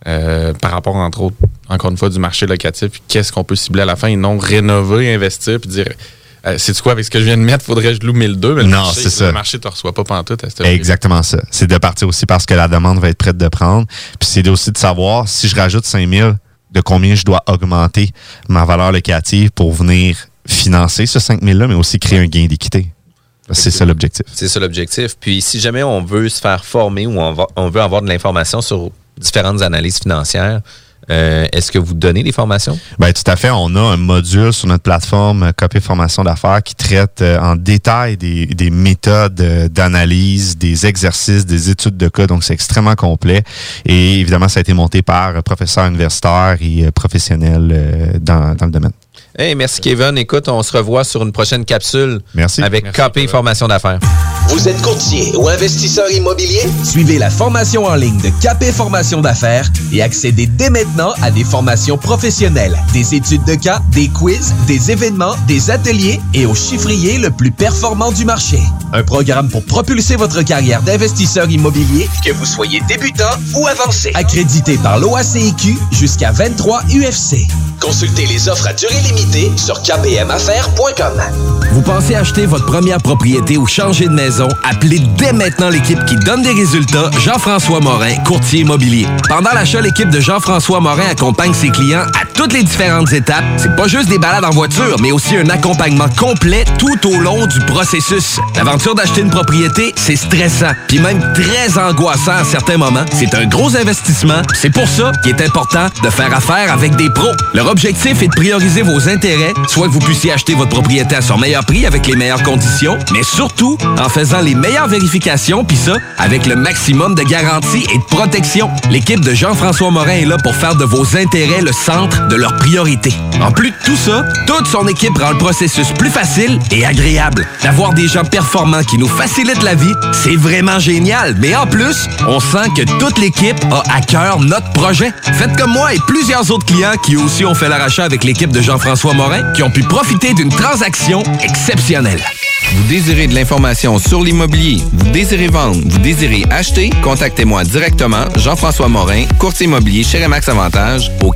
par rapport, entre autres, encore une fois, du marché locatif, puis qu'est-ce qu'on peut cibler à la fin et non rénover, investir, puis dire... c'est-tu quoi, avec ce que je viens de mettre, faudrait que je loue 1002, mais le marché ne te reçoit pas pantoute à cette Exactement ça. C'est de partir aussi parce que la demande va être prête de prendre. Puis c'est aussi de savoir, si je rajoute 5000, de combien je dois augmenter ma valeur locative pour venir financer ce 5000-là, mais aussi créer un gain d'équité. C'est ça l'objectif. C'est ça l'objectif. Puis si jamais on veut se faire former ou on veut avoir de l'information sur différentes analyses financières, est-ce que vous donnez des formations? Bien, tout à fait. On a un module sur notre plateforme Copé Formation d'affaires qui traite en détail des méthodes d'analyse, des exercices, des études de cas. Donc, c'est extrêmement complet. Et évidemment, ça a été monté par professeurs universitaires et professionnels dans le domaine. Hey, merci Kevin. Écoute, on se revoit sur une prochaine capsule. Merci. Avec Copé Formation d'affaires. Vous êtes courtier ou investisseur immobilier? Suivez la formation en ligne de Capé Formation d'affaires et accédez dès maintenant à des formations professionnelles, des études de cas, des quiz, des événements, des ateliers et au chiffrier le plus performant du marché. Un programme pour propulser votre carrière d'investisseur immobilier, que vous soyez débutant ou avancé. Accrédité par l'OACIQ jusqu'à 23 UFC. Consultez les offres à durée limitée sur kpmaffaires.com. Vous pensez acheter votre première propriété ou changer de maison? Appelez dès maintenant l'équipe qui donne des résultats, Jean-François Morin, courtier immobilier. Pendant l'achat, l'équipe de Jean-François Morin accompagne ses clients à toutes les différentes étapes. C'est pas juste des balades en voiture, mais aussi un accompagnement complet tout au long du processus. L'aventure d'acheter une propriété, c'est stressant, puis même très angoissant à certains moments. C'est un gros investissement. C'est pour ça qu'il est important de faire affaire avec des pros. Leur objectif est de prioriser vos intérêts, soit que vous puissiez acheter votre propriété à son meilleur prix avec les meilleures conditions, mais surtout en faisant les meilleures vérifications, puis ça, avec le maximum de garantie et de protection. L'équipe de Jean-François Morin est là pour faire de vos intérêts le centre de leurs priorités. En plus de tout ça, toute son équipe rend le processus plus facile et agréable. D'avoir des gens performants qui nous facilitent la vie, c'est vraiment génial. Mais en plus, on sent que toute l'équipe a à cœur notre projet. Faites comme moi et plusieurs autres clients qui aussi ont fait leur achat avec l'équipe de Jean-François Morin, qui ont pu profiter d'une transaction exceptionnelle. Vous désirez de l'information sur l'immobilier, vous désirez vendre, vous désirez acheter, contactez-moi directement, Jean-François Morin, courtier immobilier chez Remax Avantage, au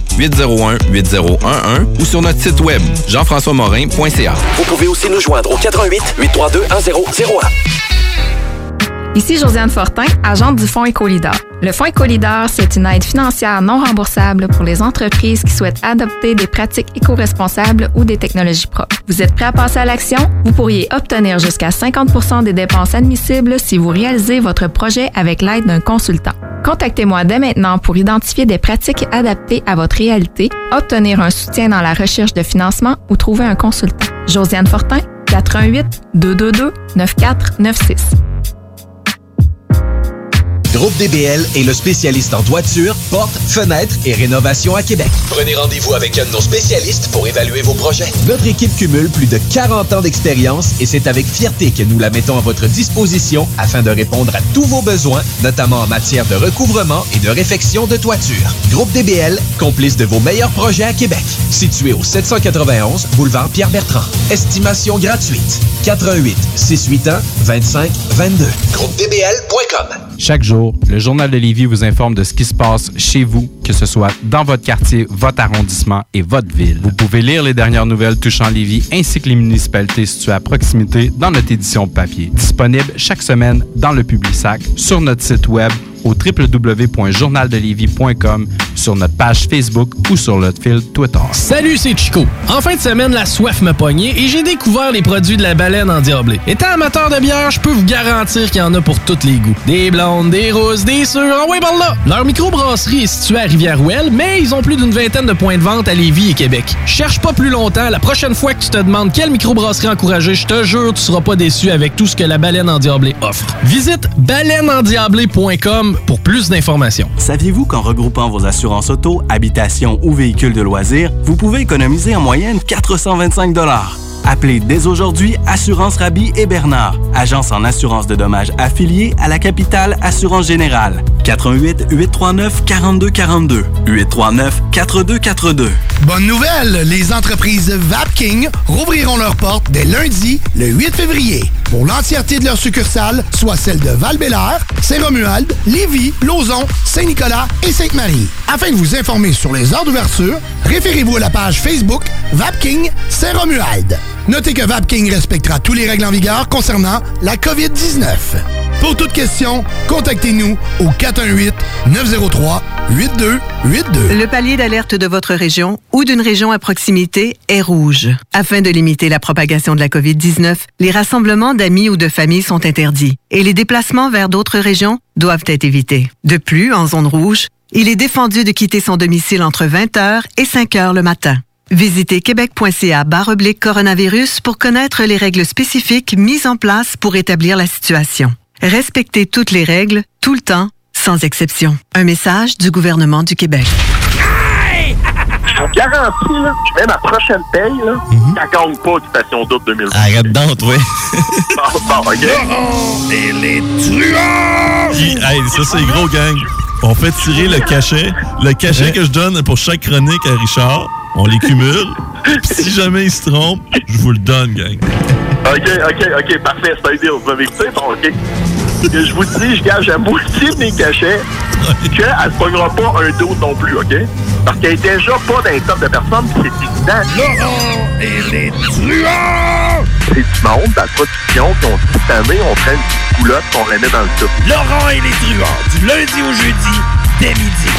418-801-8011 ou sur notre site web, jean-françois-morin.ca. Vous pouvez aussi nous joindre au 418-832-1001. Ici Josiane Fortin, agente du Fonds Écolidar. Le Fonds Écolidar, c'est une aide financière non remboursable pour les entreprises qui souhaitent adopter des pratiques éco-responsables ou des technologies propres. Vous êtes prêt à passer à l'action? Vous pourriez obtenir jusqu'à 50% des dépenses admissibles si vous réalisez votre projet avec l'aide d'un consultant. Contactez-moi dès maintenant pour identifier des pratiques adaptées à votre réalité, obtenir un soutien dans la recherche de financement ou trouver un consultant. Josiane Fortin, 418-222-9496. Groupe DBL est le spécialiste en toiture, portes, fenêtres et rénovation à Québec. Prenez rendez-vous avec un de nos spécialistes pour évaluer vos projets. Notre équipe cumule plus de 40 ans d'expérience et c'est avec fierté que nous la mettons à votre disposition afin de répondre à tous vos besoins, notamment en matière de recouvrement et de réfection de toiture. Groupe DBL, complice de vos meilleurs projets à Québec. Situé au 791 boulevard Pierre-Bertrand. Estimation gratuite. 88-681-2522. GroupeDBL.com. Chaque jour, le Journal de Lévis vous informe de ce qui se passe chez vous, que ce soit dans votre quartier, votre arrondissement et votre ville. Vous pouvez lire les dernières nouvelles touchant Lévis ainsi que les municipalités situées à proximité dans notre édition papier. Disponible chaque semaine dans le Publisac, sur notre site web au www.journaldelevis.com, sur notre page Facebook ou sur notre fil Twitter. Salut, c'est Chico. En fin de semaine, la soif m'a pogné et j'ai découvert les produits de la Baleine Endiablée. Étant amateur de bière, je peux vous garantir qu'il y en a pour tous les goûts. Des blondes, des rousses, des sûres, en ouais, par là! Leur microbrasserie est située à Rivière-Ouelle, mais ils ont plus d'une vingtaine de points de vente à Lévis et Québec. Cherche pas plus longtemps, la prochaine fois que tu te demandes quelle microbrasserie encourager, je te jure, tu seras pas déçu avec tout ce que la Baleine Endiablée offre. Visite baleineendiablée.com pour plus d'informations. Saviez-vous qu'en regroupant vos assurances auto, habitation ou véhicules de loisirs, vous pouvez économiser en moyenne 425 $? Appelez dès aujourd'hui Assurance Rabi et Bernard, agence en assurance de dommages affiliée à la capitale Assurance Générale. 88 839 4242 839 4242. Bonne nouvelle, les entreprises Vapking rouvriront leurs portes dès lundi, le 8 février, pour l'entièreté de leurs succursales, soit celles de Val-Bélair, Saint-Romuald, Lévis, Lauson, Saint-Nicolas et Sainte-Marie. Afin de vous informer sur les heures d'ouverture, référez-vous à la page Facebook Vapking Saint-Romuald. Notez que Vapking respectera tous les règles en vigueur concernant la COVID-19. Pour toute question, contactez-nous au 418-903-8282. Le palier d'alerte de votre région ou d'une région à proximité est rouge. Afin de limiter la propagation de la COVID-19, les rassemblements d'amis ou de familles sont interdits et les déplacements vers d'autres régions doivent être évités. De plus, en zone rouge, il est défendu de quitter son domicile entre 20h et 5h le matin. Visitez québec.ca/coronavirus pour connaître les règles spécifiques mises en place pour établir la situation. Respectez toutes les règles, tout le temps, sans exception. Un message du gouvernement du Québec. Je vous garantis, là, je mets ma prochaine paye, là, qu'elle gagne pas Occupation Double 2020. Arrête donc, oui. Bon, OK. Et les truands! Hey, ça, c'est gros, gang. On fait tirer le cachet. Le cachet que je donne pour chaque chronique à Richard, on les cumule. Si jamais il se trompe, je vous le donne, gang. OK, parfait, c'est un deal. Vous m'avez écouté, OK? Que je vous dis, je gage la moitié de mes cachets qu'elle ne pognera pas un dos non plus, OK? Parce qu'elle est déjà pas dans les top de personnes, puis c'est évident. Laurent et les truands! C'est du monde dans la production qui ont dit cette année, on prend une petite coulotte et on la met dans le soupe. Laurent et les truands, du lundi au jeudi, dès midi.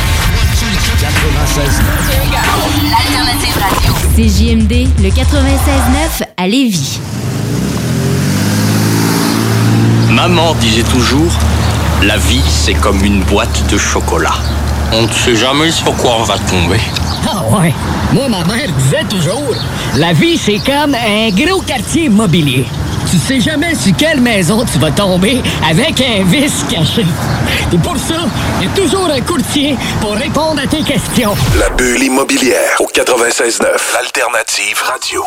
96.9. L'alternative radio. CJMD, le 96.9 à Lévis. Maman disait toujours, la vie c'est comme une boîte de chocolat. On ne sait jamais sur quoi on va tomber. Ah ouais, moi ma mère disait toujours, la vie c'est comme un gros quartier immobilier. Tu sais jamais sur quelle maison tu vas tomber avec un vice caché. Et pour ça, il y a toujours un courtier pour répondre à tes questions. La bulle immobilière au 96.9. L'alternative radio.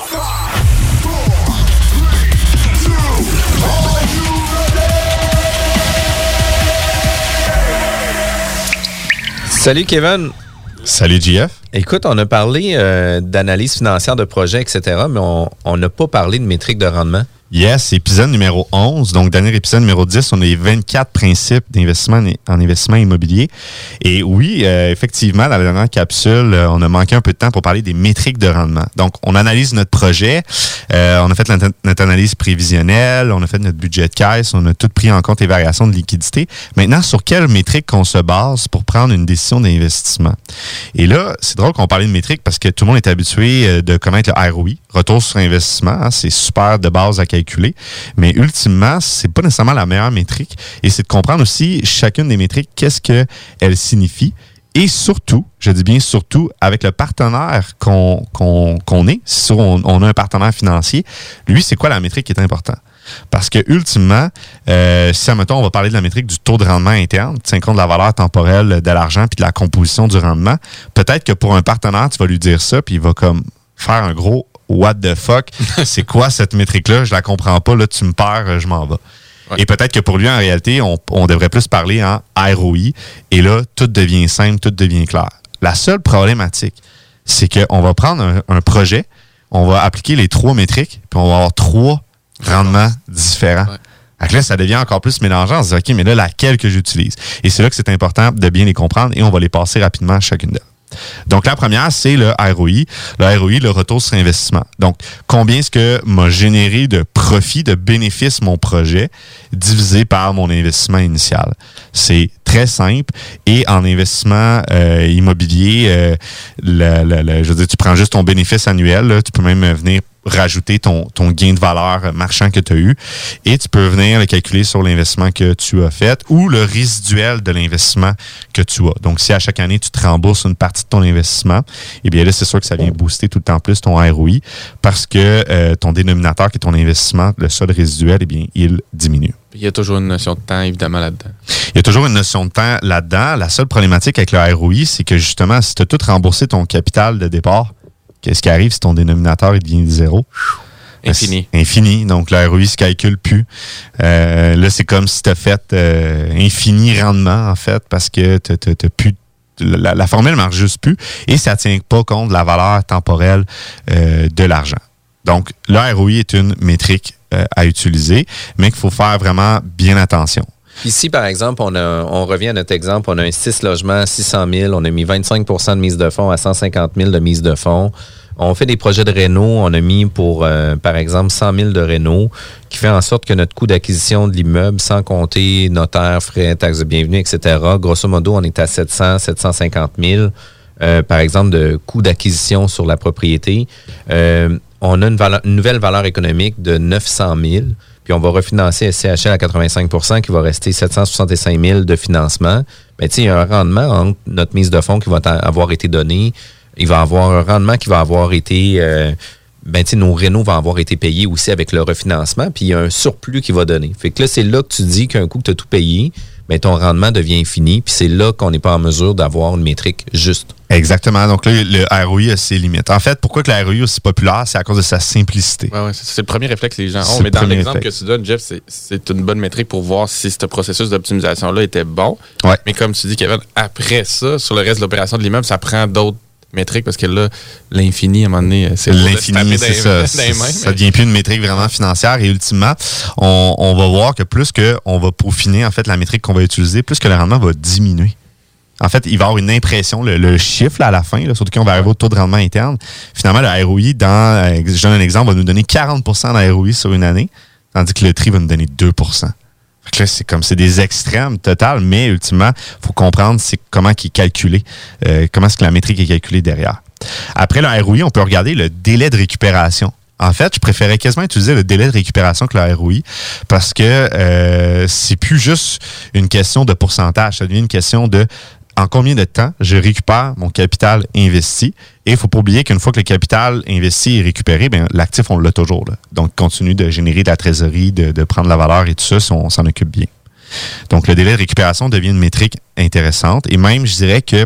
Salut Kevin. Salut JF. Écoute, on a parlé d'analyse financière de projet, etc., mais on n'a pas parlé de métriques de rendement. Yes, épisode numéro 11. Donc, dernier épisode numéro 10, on a les 24 principes d'investissement en investissement immobilier. Et oui, effectivement, dans la dernière capsule, on a manqué un peu de temps pour parler des métriques de rendement. Donc, on analyse notre projet, on a fait notre analyse prévisionnelle, on a fait notre budget de caisse, on a tout pris en compte les variations de liquidité. Maintenant, sur quelles métriques qu'on se base pour prendre une décision d'investissement? Et là, c'est drôle qu'on parle de métriques parce que tout le monde est habitué de connaître le ROI, retour sur investissement. Hein, c'est super de base à calculer. Mais ultimement, c'est pas nécessairement la meilleure métrique. Et c'est de comprendre aussi chacune des métriques, qu'est-ce qu'elle signifie. Et surtout, je dis bien surtout, avec le partenaire qu'on est, si on a un partenaire financier, lui, c'est quoi la métrique qui est importante? Parce que ultimement, si, admettons, on va parler de la métrique du taux de rendement interne, tu tiens compte de la valeur temporelle de l'argent puis de la composition du rendement, peut-être que pour un partenaire, tu vas lui dire ça, puis il va comme faire un gros what the fuck, c'est quoi cette métrique-là? Je la comprends pas, là, tu me perds, je m'en vais. Ouais. Et peut-être que pour lui, en réalité, on devrait plus parler en ROI, et là, tout devient simple, tout devient clair. La seule problématique, c'est qu'on va prendre un projet, on va appliquer les 3 métriques, puis on va avoir 3 rendements différents. Ouais. Donc là, ça devient encore plus mélangeant. On se dit, OK, mais là, laquelle que j'utilise? Et c'est là que c'est important de bien les comprendre, et on va les passer rapidement chacune d'elles. Donc, la première, c'est le ROI. Le ROI, le retour sur investissement. Donc, combien est-ce que m'a généré de profit, de bénéfice mon projet divisé par mon investissement initial? C'est très simple. Et en investissement immobilier, je veux dire, tu prends juste ton bénéfice annuel. Là, tu peux même venir rajouter ton gain de valeur marchand que tu as eu et tu peux venir le calculer sur l'investissement que tu as fait ou le résiduel de l'investissement que tu as. Donc, si à chaque année, tu te rembourses une partie de ton investissement, eh bien là, c'est sûr que ça vient booster tout le temps plus ton ROI parce que ton dénominateur qui est ton investissement, le solde résiduel, eh bien, il diminue. Il y a toujours une notion de temps, évidemment, là-dedans. Il y a toujours une notion de temps là-dedans. La seule problématique avec le ROI, c'est que justement, si tu as tout remboursé ton capital de départ, qu'est-ce qui arrive si ton dénominateur il devient 0? Infini. Infini. Donc, le ROI ne se calcule plus. Là, c'est comme si tu as fait infini rendement, en fait, parce que tu n'as plus. La formule ne marche juste plus et ça ne tient pas compte de la valeur temporelle de l'argent. Donc, le ROI est une métrique à utiliser, mais qu'il faut faire vraiment bien attention. Ici, par exemple, on revient à notre exemple, on a un 6 logements à 600 000, on a mis 25 de mise de fonds à 150 000 de mise de fonds. On fait des projets de réno, on a mis pour, par exemple, 100 000 de réno, qui fait en sorte que notre coût d'acquisition de l'immeuble, sans compter notaire, frais, taxes de bienvenue, etc., grosso modo, on est à 750 000, par exemple, de coût d'acquisition sur la propriété. On a une nouvelle valeur économique de 900 000. Puis on va refinancer SCHL à 85 % qui va rester 765 000 de financement. Bien, tu sais, il y a un rendement entre notre mise de fonds qui va avoir été donnée. Il va y avoir un rendement qui va avoir été... tu sais, nos rénaux vont avoir été payés aussi avec le refinancement. Puis il y a un surplus qui va donner. Fait que là, c'est là que tu dis qu'un coup que tu as tout payé, bien, ton rendement devient infini. Puis c'est là qu'on n'est pas en mesure d'avoir une métrique juste. Exactement. Donc là, le ROI a ses limites. En fait, pourquoi que le ROI est aussi populaire? C'est à cause de sa simplicité. Oui, c'est le premier réflexe que les gens ont. Mais dans l'exemple que tu donnes, Jeff, c'est une bonne métrique pour voir si ce processus d'optimisation-là était bon. Ouais. Mais comme tu dis, Kevin, après ça, sur le reste de l'opération de l'immeuble, ça prend d'autres métrique parce que là, l'infini, à un moment donné, c'est l'infini, c'est ça. Ça devient plus une métrique vraiment financière et ultimement, on va voir que plus qu'on va peaufiner en fait la métrique qu'on va utiliser, plus que le rendement va diminuer. En fait, il va y avoir une impression, le chiffre là, à la fin, là, surtout qu'on va arriver au taux de rendement interne. Finalement, le ROI, je donne un exemple, va nous donner 40 % de ROI sur une année, tandis que le tri va nous donner 2 %. Fait que là, c'est des extrêmes total, mais ultimement, il faut comprendre comment il est calculé, comment est-ce que la métrique est calculée derrière. Après le ROI, on peut regarder le délai de récupération. En fait, je préférais quasiment utiliser le délai de récupération que le ROI parce que c'est plus juste une question de pourcentage, ça devient une question de en combien de temps je récupère mon capital investi. Et il ne faut pas oublier qu'une fois que le capital investi est récupéré, bien, l'actif, on l'a toujours. Là. Donc, continue de générer de la trésorerie, de prendre la valeur et tout ça, si on s'en occupe bien. Donc, le délai de récupération devient une métrique intéressante. Et même, je dirais que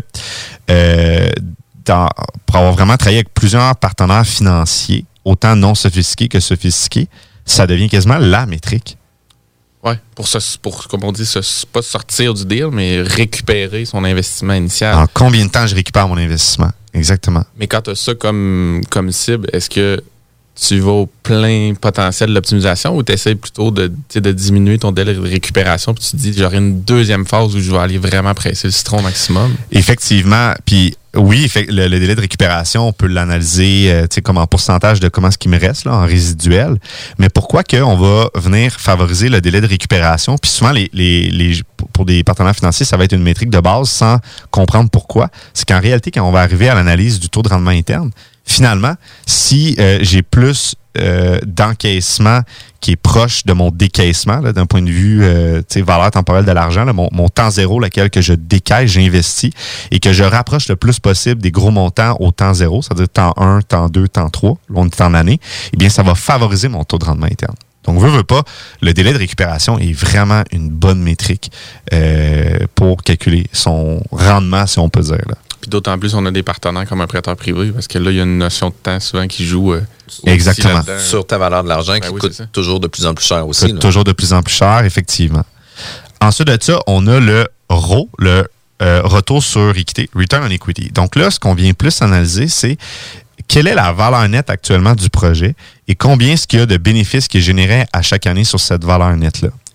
pour avoir vraiment travaillé avec plusieurs partenaires financiers, autant non sophistiqués que sophistiqués, ça devient quasiment la métrique. Oui, pour, comme on dit, pas sortir du deal, mais récupérer son investissement initial. En combien de temps je récupère mon investissement? Exactement. Mais quand tu as ça comme cible, est-ce que tu vas au plein potentiel de l'optimisation ou tu essaies plutôt de diminuer ton délai de récupération puis tu te dis j'aurai une deuxième phase où je vais aller vraiment presser le citron au maximum? Effectivement. Puis oui, le délai de récupération, on peut l'analyser comme en pourcentage de comment ce qui me reste là, en résiduel. Mais pourquoi qu'on va venir favoriser le délai de récupération? Puis souvent, pour des partenaires financiers, ça va être une métrique de base sans comprendre pourquoi. C'est qu'en réalité, quand on va arriver à l'analyse du taux de rendement interne, finalement, si j'ai plus d'encaissement qui est proche de mon décaissement, là, d'un point de vue valeur temporelle de l'argent, là, mon temps zéro, lequel que je décaisse, j'investis, et que je rapproche le plus possible des gros montants au temps zéro, c'est-à-dire temps 1, temps 2, temps 3, là, on est en année, eh bien, ça va favoriser mon taux de rendement interne. Donc, veut pas, le délai de récupération est vraiment une bonne métrique pour calculer son rendement, si on peut dire, là. Puis d'autant plus, on a des partenaires comme un prêteur privé, parce que là, il y a une notion de temps souvent qui joue exactement sur ta valeur de l'argent qui coûte toujours de plus en plus cher aussi. Toujours de plus en plus cher, effectivement. Ensuite de ça, on a le ROE, le retour sur équité, Return on Equity. Donc là, ce qu'on vient plus analyser, c'est quelle est la valeur nette actuellement du projet et combien est-ce qu'il y a de bénéfices qui est généré à chaque année sur cette valeur nette-là.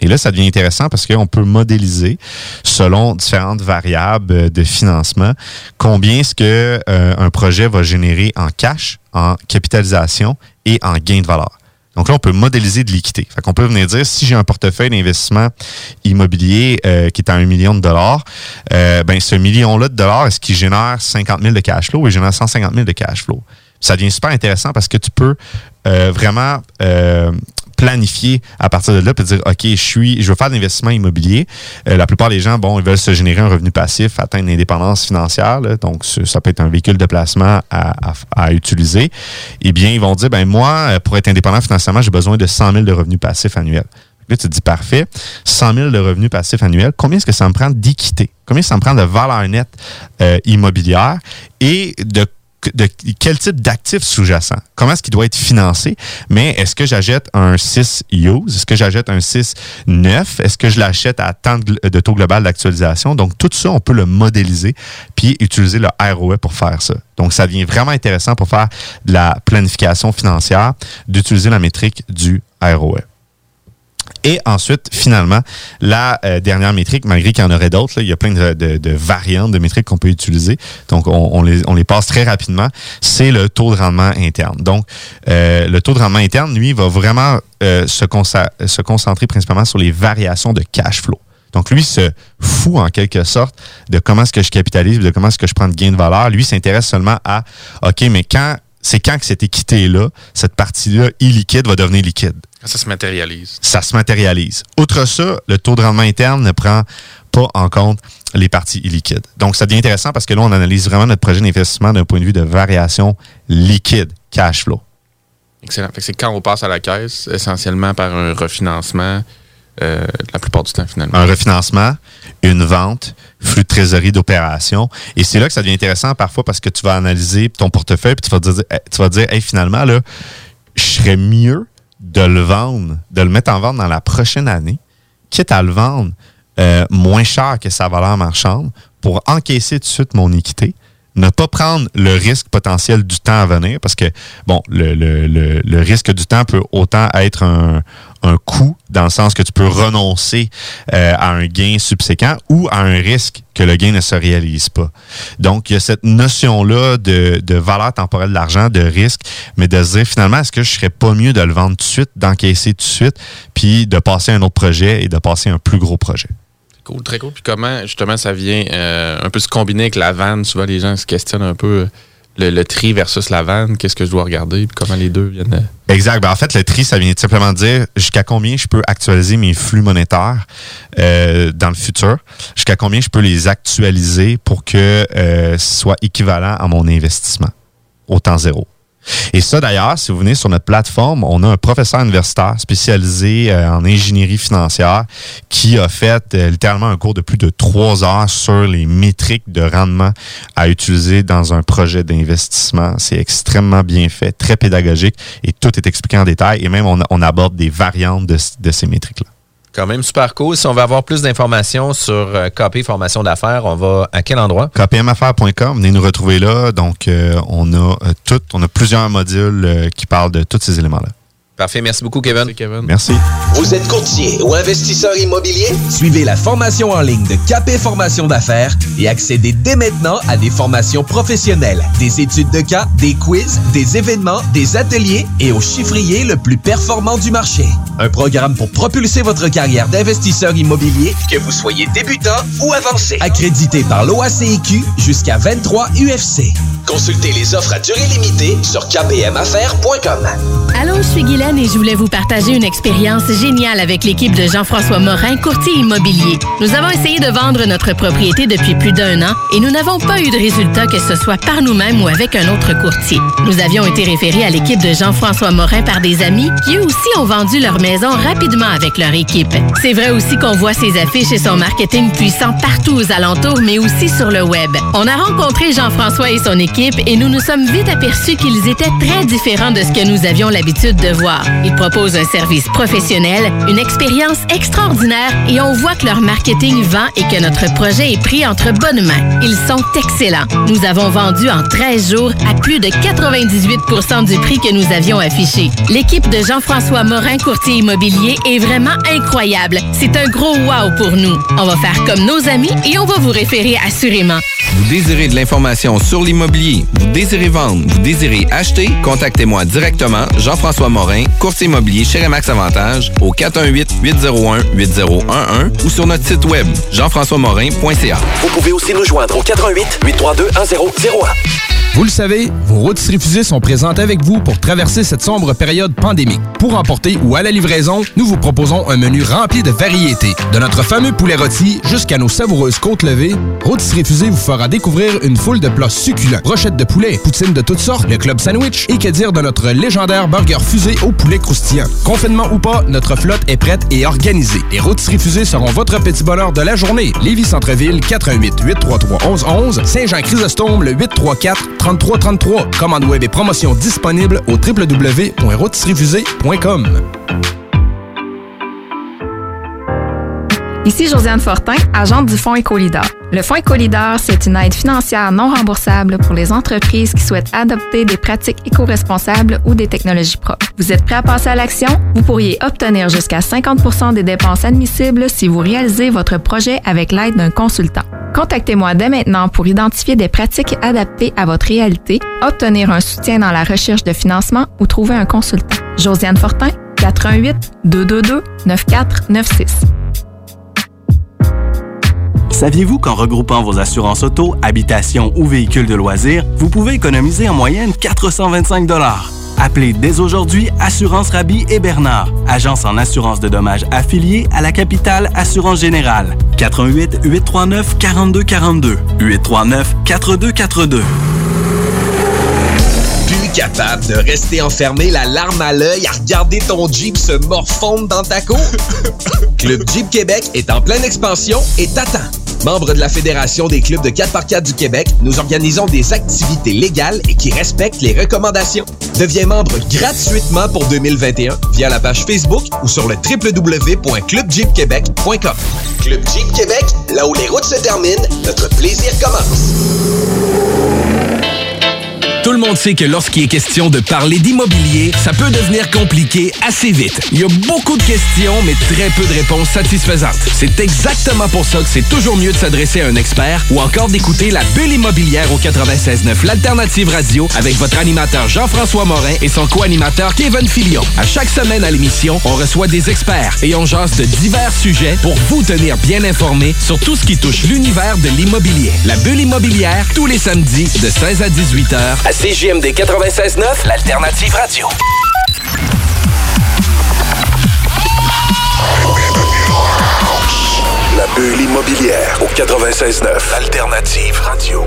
Et là, ça devient intéressant parce qu'on peut modéliser selon différentes variables de financement combien est-ce que un projet va générer en cash, en capitalisation et en gain de valeur. Donc là, on peut modéliser de l'équité. Fait qu'on peut venir dire, si j'ai un portefeuille d'investissement immobilier qui est à 1 million de dollars, ce million-là de dollars, est-ce qu'il génère 50 000 de cash flow ou il génère 150 000 de cash flow? Ça devient super intéressant parce que tu peux vraiment planifier à partir de là et dire, OK, je veux faire de l'investissement immobilier. La plupart des gens, ils veulent se générer un revenu passif, atteindre l'indépendance financière. Là, donc, ça peut être un véhicule de placement à utiliser. Eh bien, ils vont dire, moi, pour être indépendant financièrement, j'ai besoin de 100 000 de revenus passifs annuels. Là, tu te dis, parfait, 100 000 de revenus passifs annuels, combien est-ce que ça me prend d'équité? Combien ça me prend de valeur nette immobilière et de quel type d'actifs sous-jacents? Comment est-ce qu'il doit être financé? Mais est-ce que j'achète un 6 use? Est-ce que j'achète un 6 neuf? Est-ce que je l'achète à tant de taux global d'actualisation? Donc, tout ça, on peut le modéliser puis utiliser le ROE pour faire ça. Donc, ça devient vraiment intéressant pour faire de la planification financière d'utiliser la métrique du ROE. Et ensuite, finalement, la dernière métrique, malgré qu'il y en aurait d'autres, il y a plein de variantes de métriques qu'on peut utiliser. Donc, on les passe très rapidement. C'est le taux de rendement interne. Donc, le taux de rendement interne, lui, va vraiment se concentrer principalement sur les variations de cash flow. Donc, lui se fout en quelque sorte de comment est-ce que je capitalise, de comment est-ce que je prends de gain de valeur. Lui s'intéresse seulement à, OK, mais quand que cette équité-là, cette partie-là illiquide va devenir liquide. Ça se matérialise. Ça se matérialise. Outre ça, le taux de rendement interne ne prend pas en compte les parties illiquides. Donc, ça devient intéressant parce que là, on analyse vraiment notre projet d'investissement d'un point de vue de variation liquide, cash flow. Excellent. Fait que c'est quand on passe à la caisse, essentiellement par un refinancement, la plupart du temps, finalement. Un refinancement, une vente, flux de trésorerie d'opération. Et c'est là que ça devient intéressant parfois parce que tu vas analyser ton portefeuille puis tu vas dire, finalement, là, je serais mieux de le vendre, de le mettre en vente dans la prochaine année, quitte à le vendre moins cher que sa valeur marchande pour encaisser tout de suite mon équité, ne pas prendre le risque potentiel du temps à venir parce que, le risque du temps peut autant être un coût dans le sens que tu peux renoncer à un gain subséquent ou à un risque que le gain ne se réalise pas. Donc, il y a cette notion-là de valeur temporelle de l'argent, de risque, mais de se dire finalement, est-ce que je serais pas mieux de le vendre tout de suite, d'encaisser tout de suite, puis de passer à un autre projet et de passer à un plus gros projet? Cool, très cool. Puis comment, justement, ça vient un peu se combiner avec la vanne? Souvent, les gens se questionnent un peu le tri versus la vanne. Qu'est-ce que je dois regarder? Puis comment les deux viennent... Exact. En fait, le tri, ça vient simplement dire jusqu'à combien je peux actualiser mes flux monétaires dans le futur. Jusqu'à combien je peux les actualiser pour que ce soit équivalent à mon investissement au temps zéro. Et ça, d'ailleurs, si vous venez sur notre plateforme, on a un professeur universitaire spécialisé en ingénierie financière qui a fait littéralement un cours de plus de 3 heures sur les métriques de rendement à utiliser dans un projet d'investissement. C'est extrêmement bien fait, très pédagogique et tout est expliqué en détail et même on aborde des variantes de ces métriques-là. Quand même super cool. Si on veut avoir plus d'informations sur KP Formation d'affaires, on va à quel endroit? kpmaffaires.com. Venez nous retrouver là. Donc, on a plusieurs modules qui parlent de tous ces éléments-là. Parfait. Merci beaucoup, Kevin. Merci, Kevin. Merci. Vous êtes courtier ou investisseur immobilier? Suivez la formation en ligne de KP Formation d'affaires et accédez dès maintenant à des formations professionnelles, des études de cas, des quiz, des événements, des ateliers et au chiffrier le plus performant du marché. Un programme pour propulser votre carrière d'investisseur immobilier, que vous soyez débutant ou avancé. Accrédité par l'OACIQ jusqu'à 23 UFC. Consultez les offres à durée limitée sur kpmaffaires.com. Allô, je suis Guylaine et je voulais vous partager une expérience géniale avec l'équipe de Jean-François Morin, courtier immobilier. Nous avons essayé de vendre notre propriété depuis plus d'1 an et nous n'avons pas eu de résultat que ce soit par nous-mêmes ou avec un autre courtier. Nous avions été référés à l'équipe de Jean-François Morin par des amis qui eux aussi ont vendu leur maison rapidement avec leur équipe. C'est vrai aussi qu'on voit ses affiches et son marketing puissant partout aux alentours, mais aussi sur le web. On a rencontré Jean-François et son équipe et nous nous sommes vite aperçus qu'ils étaient très différents de ce que nous avions l'habitude de voir. voir. Ils proposent un service professionnel, une expérience extraordinaire et on voit que leur marketing vend et que notre projet est pris entre bonnes mains. Ils sont excellents. Nous avons vendu en 13 jours à plus de 98 % du prix que nous avions affiché. L'équipe de Jean-François Morin, courtier immobilier, est vraiment incroyable. C'est un gros wow pour nous. On va faire comme nos amis et on va vous référer assurément. Vous désirez de l'information sur l'immobilier, vous désirez vendre, vous désirez acheter, contactez-moi directement, Jean-François Morin, courtier immobilier chez Remax Avantage, au 418-801-8011 ou sur notre site web, jean-françois-morin.ca. Vous pouvez aussi nous joindre au 418-832-1001. Vous le savez, vos rôtisseries fusées sont présentes avec vous pour traverser cette sombre période pandémique. Pour emporter ou à la livraison, nous vous proposons un menu rempli de variétés. De notre fameux poulet rôti jusqu'à nos savoureuses côtes levées, Rôtisseries fusées vous fera découvrir une foule de plats succulents. Brochettes de poulet, poutines de toutes sortes, le club sandwich et que dire de notre légendaire burger fusé au poulet croustillant. Confinement ou pas, notre flotte est prête et organisée. Les Rôtisseries fusées seront votre petit bonheur de la journée. Lévis Centre-Ville, 418-833-1111. Saint-Jean-Chrysostome, le 834-3333. Commande web et promotion disponible au www.rôtisseriesfusées.com. Ici Josiane Fortin, agente du Fonds Écolidar. Le Fonds Écolidar, c'est une aide financière non remboursable pour les entreprises qui souhaitent adopter des pratiques éco-responsables ou des technologies propres. Vous êtes prêt à passer à l'action? Vous pourriez obtenir jusqu'à 50 % des dépenses admissibles si vous réalisez votre projet avec l'aide d'un consultant. Contactez-moi dès maintenant pour identifier des pratiques adaptées à votre réalité, obtenir un soutien dans la recherche de financement ou trouver un consultant. Josiane Fortin, 418-222-9496. Saviez-vous qu'en regroupant vos assurances auto, habitation ou véhicules de loisirs, vous pouvez économiser en moyenne 425 $? Appelez dès aujourd'hui Assurance Rabi et Bernard, agence en assurance de dommages affiliée à la capitale Assurance Générale. 418-839-4242. 839-4242. Plus capable de rester enfermé la larme à l'œil à regarder ton Jeep se morfondre dans ta cour? Club Jeep Québec est en pleine expansion et t'attend. Membre de la Fédération des clubs de 4x4 du Québec, nous organisons des activités légales et qui respectent les recommandations. Deviens membre gratuitement pour 2021 via la page Facebook ou sur le www.clubjeepquebec.com. Club Jeep Québec, là où les routes se terminent, notre plaisir commence. Tout le monde sait que lorsqu'il est question de parler d'immobilier, ça peut devenir compliqué assez vite. Il y a beaucoup de questions, mais très peu de réponses satisfaisantes. C'est exactement pour ça que c'est toujours mieux de s'adresser à un expert ou encore d'écouter la Bulle immobilière au 96.9, l'alternative radio, avec votre animateur Jean-François Morin et son co-animateur Kevin Filion. À chaque semaine à l'émission, on reçoit des experts et on jase de divers sujets pour vous tenir bien informés sur tout ce qui touche l'univers de l'immobilier. La Bulle immobilière, tous les samedis de 16 à 18 heures. CJMD 96.9, l'alternative radio. La bulle immobilière au 96.9, l'alternative radio.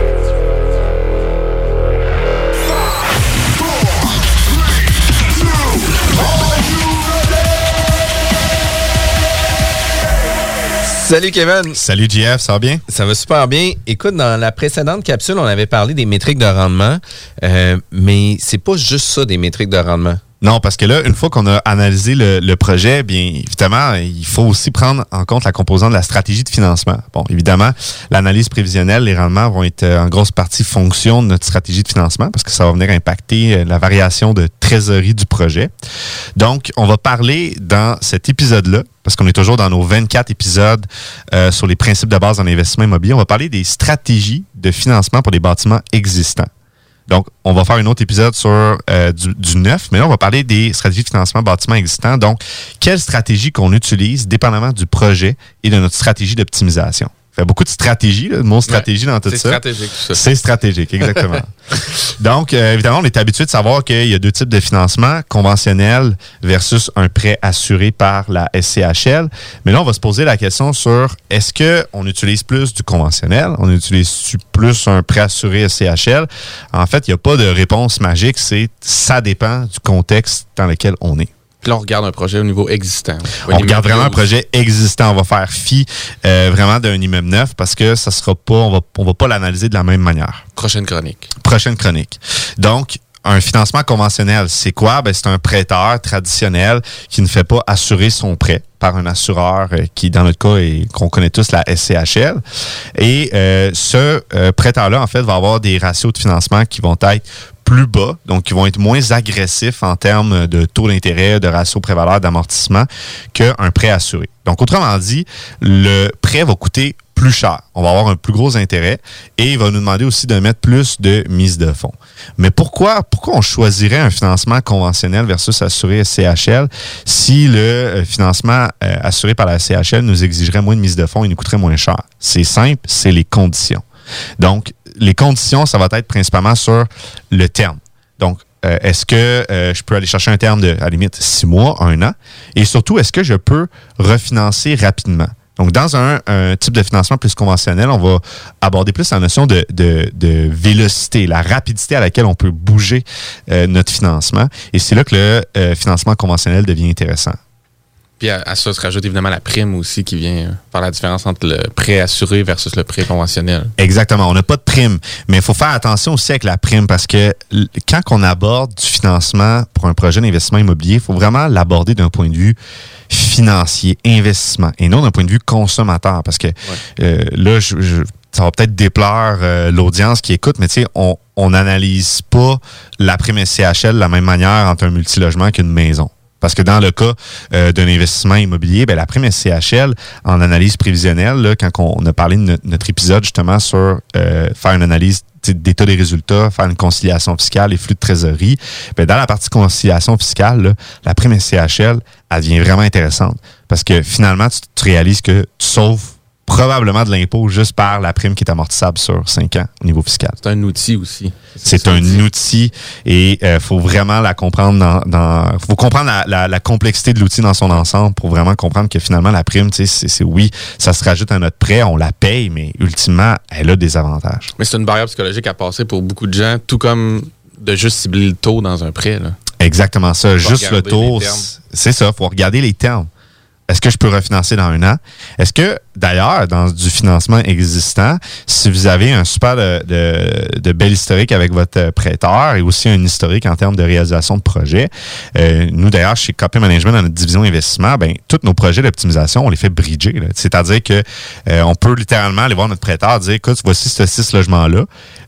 Salut Kevin. Salut JF, ça va bien? Ça va super bien. Écoute, dans la précédente capsule, on avait parlé des métriques de rendement, mais c'est pas juste ça, des métriques de rendement. Non, parce que là, une fois qu'on a analysé le projet, bien évidemment, il faut aussi prendre en compte la composante de la stratégie de financement. Bon, évidemment, l'analyse prévisionnelle, les rendements vont être en grosse partie fonction de notre stratégie de financement parce que ça va venir impacter la variation de trésorerie du projet. Donc, on va parler dans cet épisode-là, parce qu'on est toujours dans nos 24 épisodes sur les principes de base en investissement immobilier, on va parler des stratégies de financement pour les bâtiments existants. Donc, on va faire un autre épisode sur du neuf, mais là, on va parler des stratégies de financement bâtiments existants. Donc, quelle stratégie qu'on utilise dépendamment du projet et de notre stratégie d'optimisation. Il y a beaucoup de stratégies, le mot stratégie dans tout ça. C'est stratégique, tout ça. C'est stratégique, exactement. Donc, évidemment, on est habitué de savoir qu'il y a deux types de financement, conventionnel versus un prêt assuré par la SCHL. Mais là, on va se poser la question sur est-ce qu'on utilise plus du conventionnel? On utilise plus un prêt assuré SCHL? En fait, il n'y a pas de réponse magique. Ça dépend du contexte dans lequel on est. Puis là, on regarde un projet au niveau existant. On regarde vraiment un projet existant. On va faire fi vraiment d'un immeuble neuf parce que ça sera pas, on va pas l'analyser de la même manière. Prochaine chronique. Prochaine chronique. Donc, un financement conventionnel, c'est quoi? Ben, c'est un prêteur traditionnel qui ne fait pas assurer son prêt par un assureur qui, dans notre cas, qu'on connaît tous, la SCHL. Et ce prêteur-là, en fait, va avoir des ratios de financement qui vont être plus bas, donc qui vont être moins agressifs en termes de taux d'intérêt, de ratio prêt-valeur, d'amortissement qu'un prêt assuré. Donc, autrement dit, le prêt va coûter plus cher. On va avoir un plus gros intérêt et il va nous demander aussi de mettre plus de mise de fonds. Mais pourquoi on choisirait un financement conventionnel versus assuré SCHL si le financement assuré par la SCHL nous exigerait moins de mise de fonds et nous coûterait moins cher? C'est simple, c'est les conditions. Donc, les conditions, ça va être principalement sur le terme. Donc, est-ce que je peux aller chercher un terme de, à la limite, 6 mois, 1 an? Et surtout, est-ce que je peux refinancer rapidement? Donc, dans un type de financement plus conventionnel, on va aborder plus la notion de vélocité, la rapidité à laquelle on peut bouger notre financement. Et c'est là que le financement conventionnel devient intéressant. Puis à ça se rajoute évidemment la prime aussi qui vient faire la différence entre le prêt assuré versus le prêt conventionnel. Exactement. On n'a pas de prime. Mais il faut faire attention aussi avec la prime parce que quand on aborde du financement pour un projet d'investissement immobilier, il faut vraiment l'aborder d'un point de vue financier, investissement, et non d'un point de vue consommateur. Parce que là, ça va peut-être déplaire l'audience qui écoute, mais tu sais, on n'analyse pas la prime SCHL de la même manière entre un multilogement qu'une maison. Parce que dans le cas d'un investissement immobilier, ben, la prime SCHL, en analyse prévisionnelle, là, quand on a parlé de notre épisode justement sur faire une analyse d'état des résultats, faire une conciliation fiscale et flux de trésorerie, ben, dans la partie conciliation fiscale, là, la prime SCHL, elle devient vraiment intéressante. Parce que finalement, tu réalises que tu sauves probablement de l'impôt juste par la prime qui est amortissable sur 5 ans au niveau fiscal. C'est un outil aussi. C'est un outil et faut vraiment la comprendre faut comprendre la complexité de l'outil dans son ensemble pour vraiment comprendre que finalement la prime, tu sais, c'est oui, ça se rajoute à notre prêt, on la paye, mais ultimement, elle a des avantages. Mais c'est une barrière psychologique à passer pour beaucoup de gens, tout comme de juste cibler le taux dans un prêt, là. Exactement ça. Juste le taux, c'est ça, faut regarder les termes. Est-ce que je peux refinancer dans 1 an? Est-ce que, d'ailleurs, dans du financement existant, si vous avez un super de bel historique avec votre prêteur et aussi un historique en termes de réalisation de projet, nous, d'ailleurs, chez KP Management, dans notre division investissement, ben, tous nos projets d'optimisation, on les fait bridger. Là. C'est-à-dire que on peut littéralement aller voir notre prêteur et dire, écoute, voici ce 6 logements-là,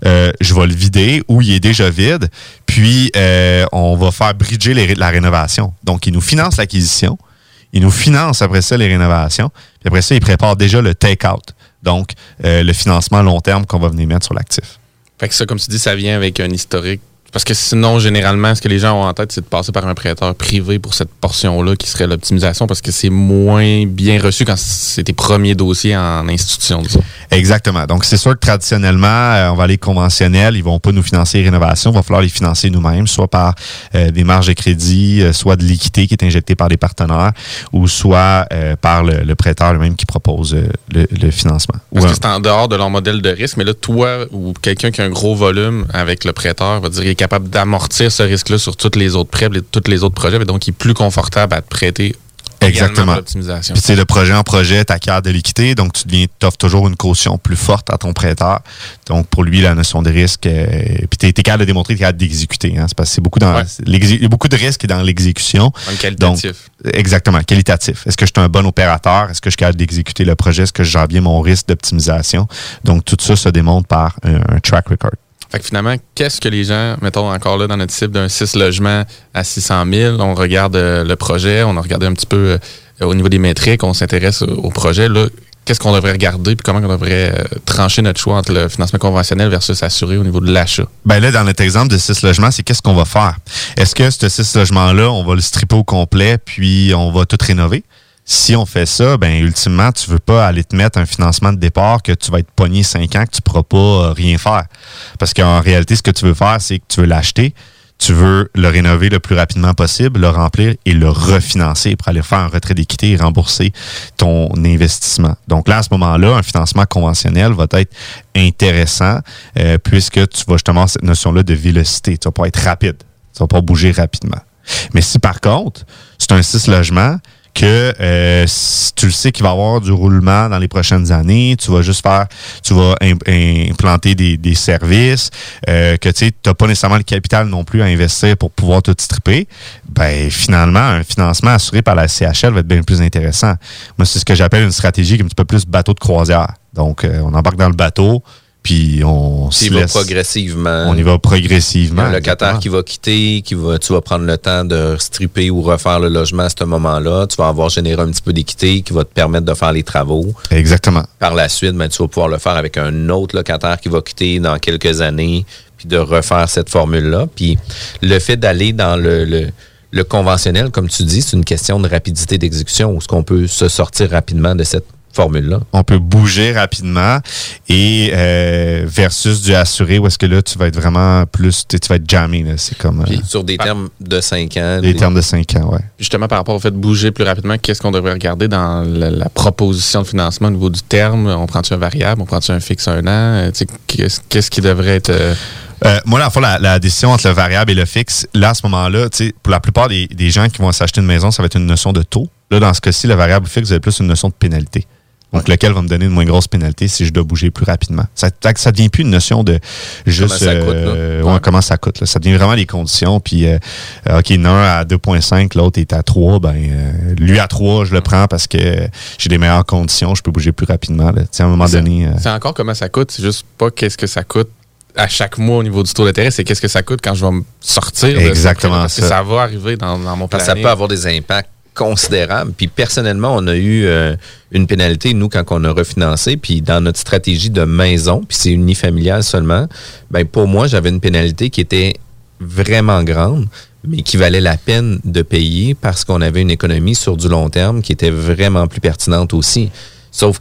je vais le vider ou il est déjà vide, puis on va faire bridger la rénovation. Donc, il nous finance l'acquisition. Il nous finance après ça les rénovations. Puis après ça, il prépare déjà le take-out. Donc, le financement long terme qu'on va venir mettre sur l'actif. Fait que ça, comme tu dis, ça vient avec un historique. Parce que sinon, généralement, ce que les gens ont en tête, c'est de passer par un prêteur privé pour cette portion-là qui serait l'optimisation parce que c'est moins bien reçu quand c'est tes premiers dossiers en institution. Disons. Exactement. Donc, c'est sûr que traditionnellement, on va aller conventionnel. Ils vont pas nous financer les rénovations. Il va falloir les financer nous-mêmes, soit par des marges de crédit, soit de l'équité qui est injectée par des partenaires ou soit par le prêteur lui-même qui propose le financement. Parce que c'est en dehors de leur modèle de risque. Mais là, toi ou quelqu'un qui a un gros volume avec le prêteur va dire qu'il est capable d'amortir ce risque-là sur tous les autres prêts, tous les autres projets, mais donc il est plus confortable à te prêter. Exactement. L'optimisation. Puis, de projet en projet, tu acquiers de l'équité, donc tu offres toujours une caution plus forte à ton prêteur. Donc, pour lui, la notion de risque, puis tu es capable de démontrer que tu es capable d'exécuter. Hein, c'est parce que c'est beaucoup il y a beaucoup de risques dans l'exécution. Qualitatif. Donc, exactement, qualitatif. Est-ce que je suis un bon opérateur? Est-ce que je suis capable d'exécuter le projet? Est-ce que je gère bien mon risque d'optimisation? Donc, tout ça se démontre par un track record. Fait que finalement, qu'est-ce que les gens, mettons encore là dans notre cible d'un 6 logements à 600 000, on regarde le projet, on a regardé un petit peu au niveau des métriques, on s'intéresse au projet. Là, qu'est-ce qu'on devrait regarder puis comment on devrait trancher notre choix entre le financement conventionnel versus assuré au niveau de l'achat? Ben là, dans notre exemple de 6 logements, c'est qu'est-ce qu'on va faire? Est-ce que ce 6 logements-là, on va le stripper au complet puis on va tout rénover? Si on fait ça, ben ultimement, tu veux pas aller te mettre un financement de départ que tu vas être pogné 5 ans, que tu pourras pas rien faire. Parce qu'en réalité, ce que tu veux faire, c'est que tu veux l'acheter, tu veux le rénover le plus rapidement possible, le remplir et le refinancer pour aller faire un retrait d'équité et rembourser ton investissement. Donc là, à ce moment-là, un financement conventionnel va être intéressant puisque tu vas justement avoir cette notion-là de vélocité. Tu vas pas être rapide, tu vas pas bouger rapidement. Mais si par contre, c'est un 6 logements que si tu le sais qu'il va y avoir du roulement dans les prochaines années, tu vas implanter des services, que tu n'as pas nécessairement le capital non plus à investir pour pouvoir tout stripper, ben finalement, un financement assuré par la CHL va être bien plus intéressant. Moi, c'est ce que j'appelle une stratégie qui est un petit peu plus bateau de croisière. Donc, on embarque dans le bateau, puis on y va progressivement. On y va progressivement. Il y a un locataire qui va quitter, tu vas prendre le temps de stripper ou refaire le logement à ce moment-là. Tu vas avoir généré un petit peu d'équité qui va te permettre de faire les travaux. Exactement. Par la suite, ben, tu vas pouvoir le faire avec un autre locataire qui va quitter dans quelques années, puis de refaire cette formule-là. Puis le fait d'aller dans le conventionnel, comme tu dis, c'est une question de rapidité d'exécution. Où est-ce qu'on peut se sortir rapidement de cette formule-là? On peut bouger rapidement et versus du assuré où est-ce que là, tu vas être vraiment plus... Tu vas être jammé. Là. C'est comme... Puis sur des termes de 5 ans. Des termes de 5 ans, oui. Justement, par rapport au fait de bouger plus rapidement, qu'est-ce qu'on devrait regarder dans la proposition de financement au niveau du terme? On prend-tu un variable? On prend-tu un fixe 1 an? Qu'est-ce qui devrait être... moi, la décision entre le variable et le fixe, là, à ce moment-là, pour la plupart des gens qui vont s'acheter une maison, ça va être une notion de taux. Là, dans ce cas-ci, le variable fixe, vous avez plus une notion de pénalité. Donc, lequel va me donner une moins grosse pénalité si je dois bouger plus rapidement. Ça devient plus une notion de juste... Comment ça coûte, comment ça coûte. Là. Ça devient vraiment les conditions. Puis, OK, l'un à 2,5, l'autre est à 3. Lui à 3, je le prends parce que j'ai des meilleures conditions. Je peux bouger plus rapidement. Là. À un moment donné... C'est encore comment ça coûte. C'est juste pas qu'est-ce que ça coûte à chaque mois au niveau du taux d'intérêt, c'est qu'est-ce que ça coûte quand je vais me sortir. Exactement parce que ça va arriver dans mon planning. Ça peut avoir des impacts considérable. Puis personnellement, on a eu une pénalité, nous, quand on a refinancé, puis dans notre stratégie de maison, puis c'est unifamilial seulement, ben pour moi, j'avais une pénalité qui était vraiment grande, mais qui valait la peine de payer parce qu'on avait une économie sur du long terme qui était vraiment plus pertinente aussi. Sauf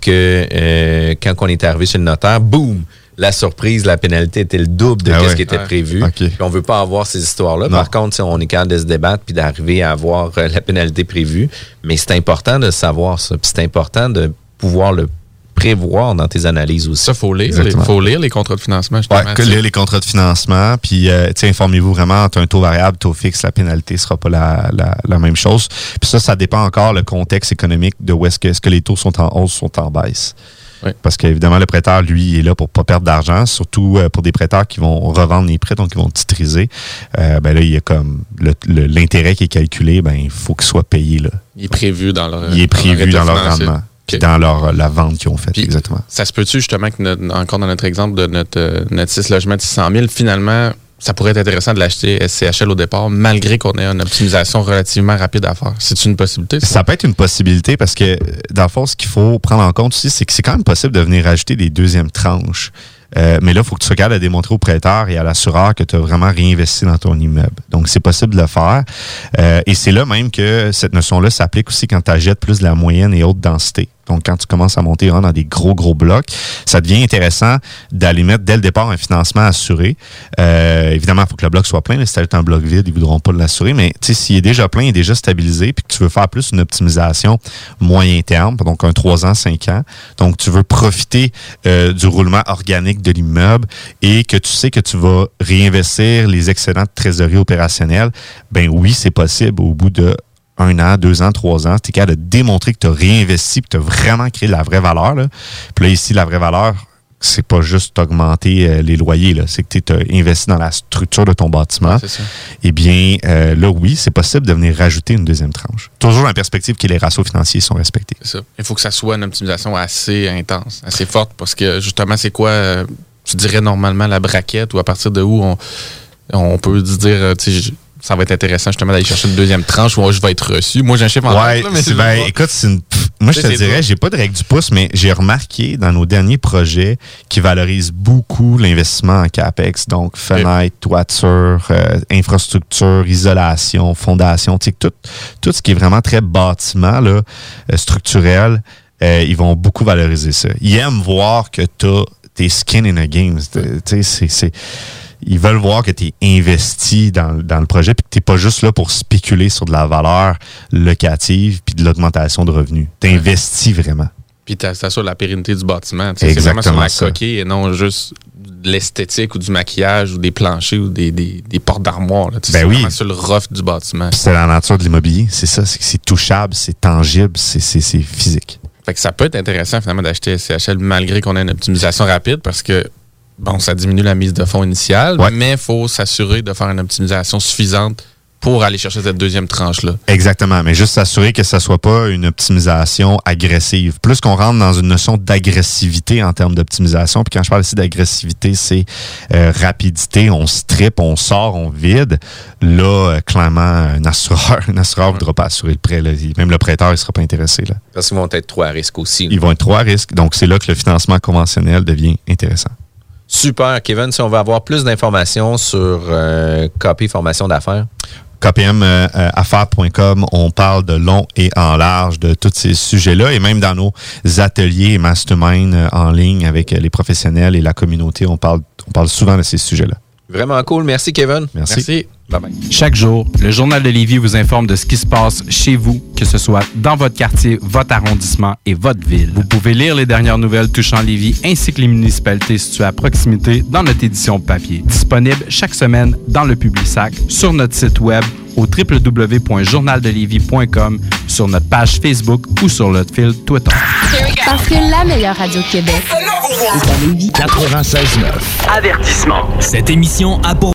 que quand on est arrivé chez le notaire, boum! La surprise, la pénalité était le double de ce qui était prévu. Okay. Puis on ne veut pas avoir ces histoires-là. Non. Par contre, on est capable de se débattre puis d'arriver à avoir la pénalité prévue. Mais c'est important de savoir ça. Puis c'est important de pouvoir le prévoir dans tes analyses aussi. Ça, il faut lire les contrats de financement. Oui, lire les contrats de financement. Puis, informez-vous vraiment entre un taux variable, taux fixe, la pénalité ne sera pas la même chose. Puis ça dépend encore le contexte économique de où est-ce que les taux sont en hausse, sont en baisse. Oui. Parce qu'évidemment, le prêteur, lui, il est là pour ne pas perdre d'argent, surtout pour des prêteurs qui vont revendre les prêts, donc ils vont titriser. Là, il y a comme l'intérêt qui est calculé, il faut qu'il soit payé. Là. Il est prévu dans leur rendement. Puis dans la vente qu'ils ont faite, exactement. Ça se peut-tu justement que, encore dans notre exemple de notre 6 logements de 600 000, finalement, ça pourrait être intéressant de l'acheter SCHL au départ, malgré qu'on ait une optimisation relativement rapide à faire. C'est une possibilité? Ça peut être une possibilité parce que, dans le fond, ce qu'il faut prendre en compte aussi, c'est que c'est quand même possible de venir ajouter des deuxièmes tranches. Mais là, il faut que tu sois capable de démontrer au prêteur et à l'assureur que tu as vraiment réinvesti dans ton immeuble. Donc, c'est possible de le faire. Et c'est là même que cette notion-là s'applique aussi quand tu achètes plus de la moyenne et haute densité. Donc, quand tu commences à monter dans des gros blocs, ça devient intéressant d'aller mettre dès le départ un financement assuré. Évidemment, il faut que le bloc soit plein. Si tu as un bloc vide, ils ne voudront pas l'assurer. Mais s'il est déjà plein, il est déjà stabilisé, puis que tu veux faire plus une optimisation moyen terme, donc un 3 ans, 5 ans. Donc, tu veux profiter du roulement organique de l'immeuble et que tu sais que tu vas réinvestir les excédents de trésorerie opérationnelle, ben oui, c'est possible au bout de 1 an, 2 ans, 3 ans, tu es capable de démontrer que tu as réinvesti et que tu as vraiment créé de la vraie valeur. Là. Puis là, ici, la vraie valeur, c'est pas juste augmenter les loyers, là. C'est que tu as investi dans la structure de ton bâtiment. C'est ça. Eh bien, là, oui, c'est possible de venir rajouter une deuxième tranche. Toujours dans la perspective que les ratios financiers sont respectés. C'est ça. Il faut que ça soit une optimisation assez intense, assez forte, parce que justement, c'est quoi, tu dirais normalement la braquette ou à partir de où on peut se dire, ça va être intéressant justement d'aller chercher une deuxième tranche où je vais être reçu. Moi, j'ai un chiffre en tête. Ouais, écoute, moi, je te dirais, j'ai pas de règle du pouce, mais j'ai remarqué dans nos derniers projets qui valorisent beaucoup l'investissement en CAPEX. Donc, fenêtre, toiture, infrastructure, isolation, fondation, tout ce qui est vraiment très bâtiment, là, structurel, ils vont beaucoup valoriser ça. Ils aiment voir que tu as tes skin in a game. Ils veulent voir que tu es investi dans le projet puis que tu n'es pas juste là pour spéculer sur de la valeur locative puis de l'augmentation de revenus. Tu investis vraiment. Puis tu assures la pérennité du bâtiment. C'est vraiment sur la coquille et non juste de l'esthétique ou du maquillage ou des planchers ou des portes d'armoire. Là. Ben oui. C'est vraiment sur le rough du bâtiment. C'est la nature de l'immobilier. C'est ça. C'est touchable, c'est tangible, c'est physique. Fait que ça peut être intéressant finalement d'acheter SCHL malgré qu'on ait une optimisation rapide parce que bon, ça diminue la mise de fonds initiale, mais il faut s'assurer de faire une optimisation suffisante pour aller chercher cette deuxième tranche-là. Exactement, mais juste s'assurer que ça ne soit pas une optimisation agressive. Plus qu'on rentre dans une notion d'agressivité en termes d'optimisation, puis quand je parle ici d'agressivité, c'est rapidité, on strip, on sort, on vide. Là, clairement, un assureur ne voudra pas assurer le prêt. Là. Même le prêteur ne sera pas intéressé. Là. Parce qu'ils vont être trop à risque aussi. Ils vont être trop à risque, donc c'est là que le financement conventionnel devient intéressant. Super, Kevin. Si on veut avoir plus d'informations sur KP Formation d'affaires, KPMaffaires.com, on parle de long et en large de tous ces sujets-là et même dans nos ateliers et mastermind en ligne avec les professionnels et la communauté, on parle souvent de ces sujets-là. Vraiment cool. Merci, Kevin. Merci. Bye-bye. Chaque jour, le Journal de Lévis vous informe de ce qui se passe chez vous, que ce soit dans votre quartier, votre arrondissement et votre ville. Vous pouvez lire les dernières nouvelles touchant Lévis ainsi que les municipalités situées à proximité dans notre édition papier. Disponible chaque semaine dans le Publisac, sur notre site web au www.journaldelevis.com, sur notre page Facebook ou sur notre fil Twitter. Parce que la meilleure radio de Québec est à Lévis. 96.9. Avertissement. Cette émission a pour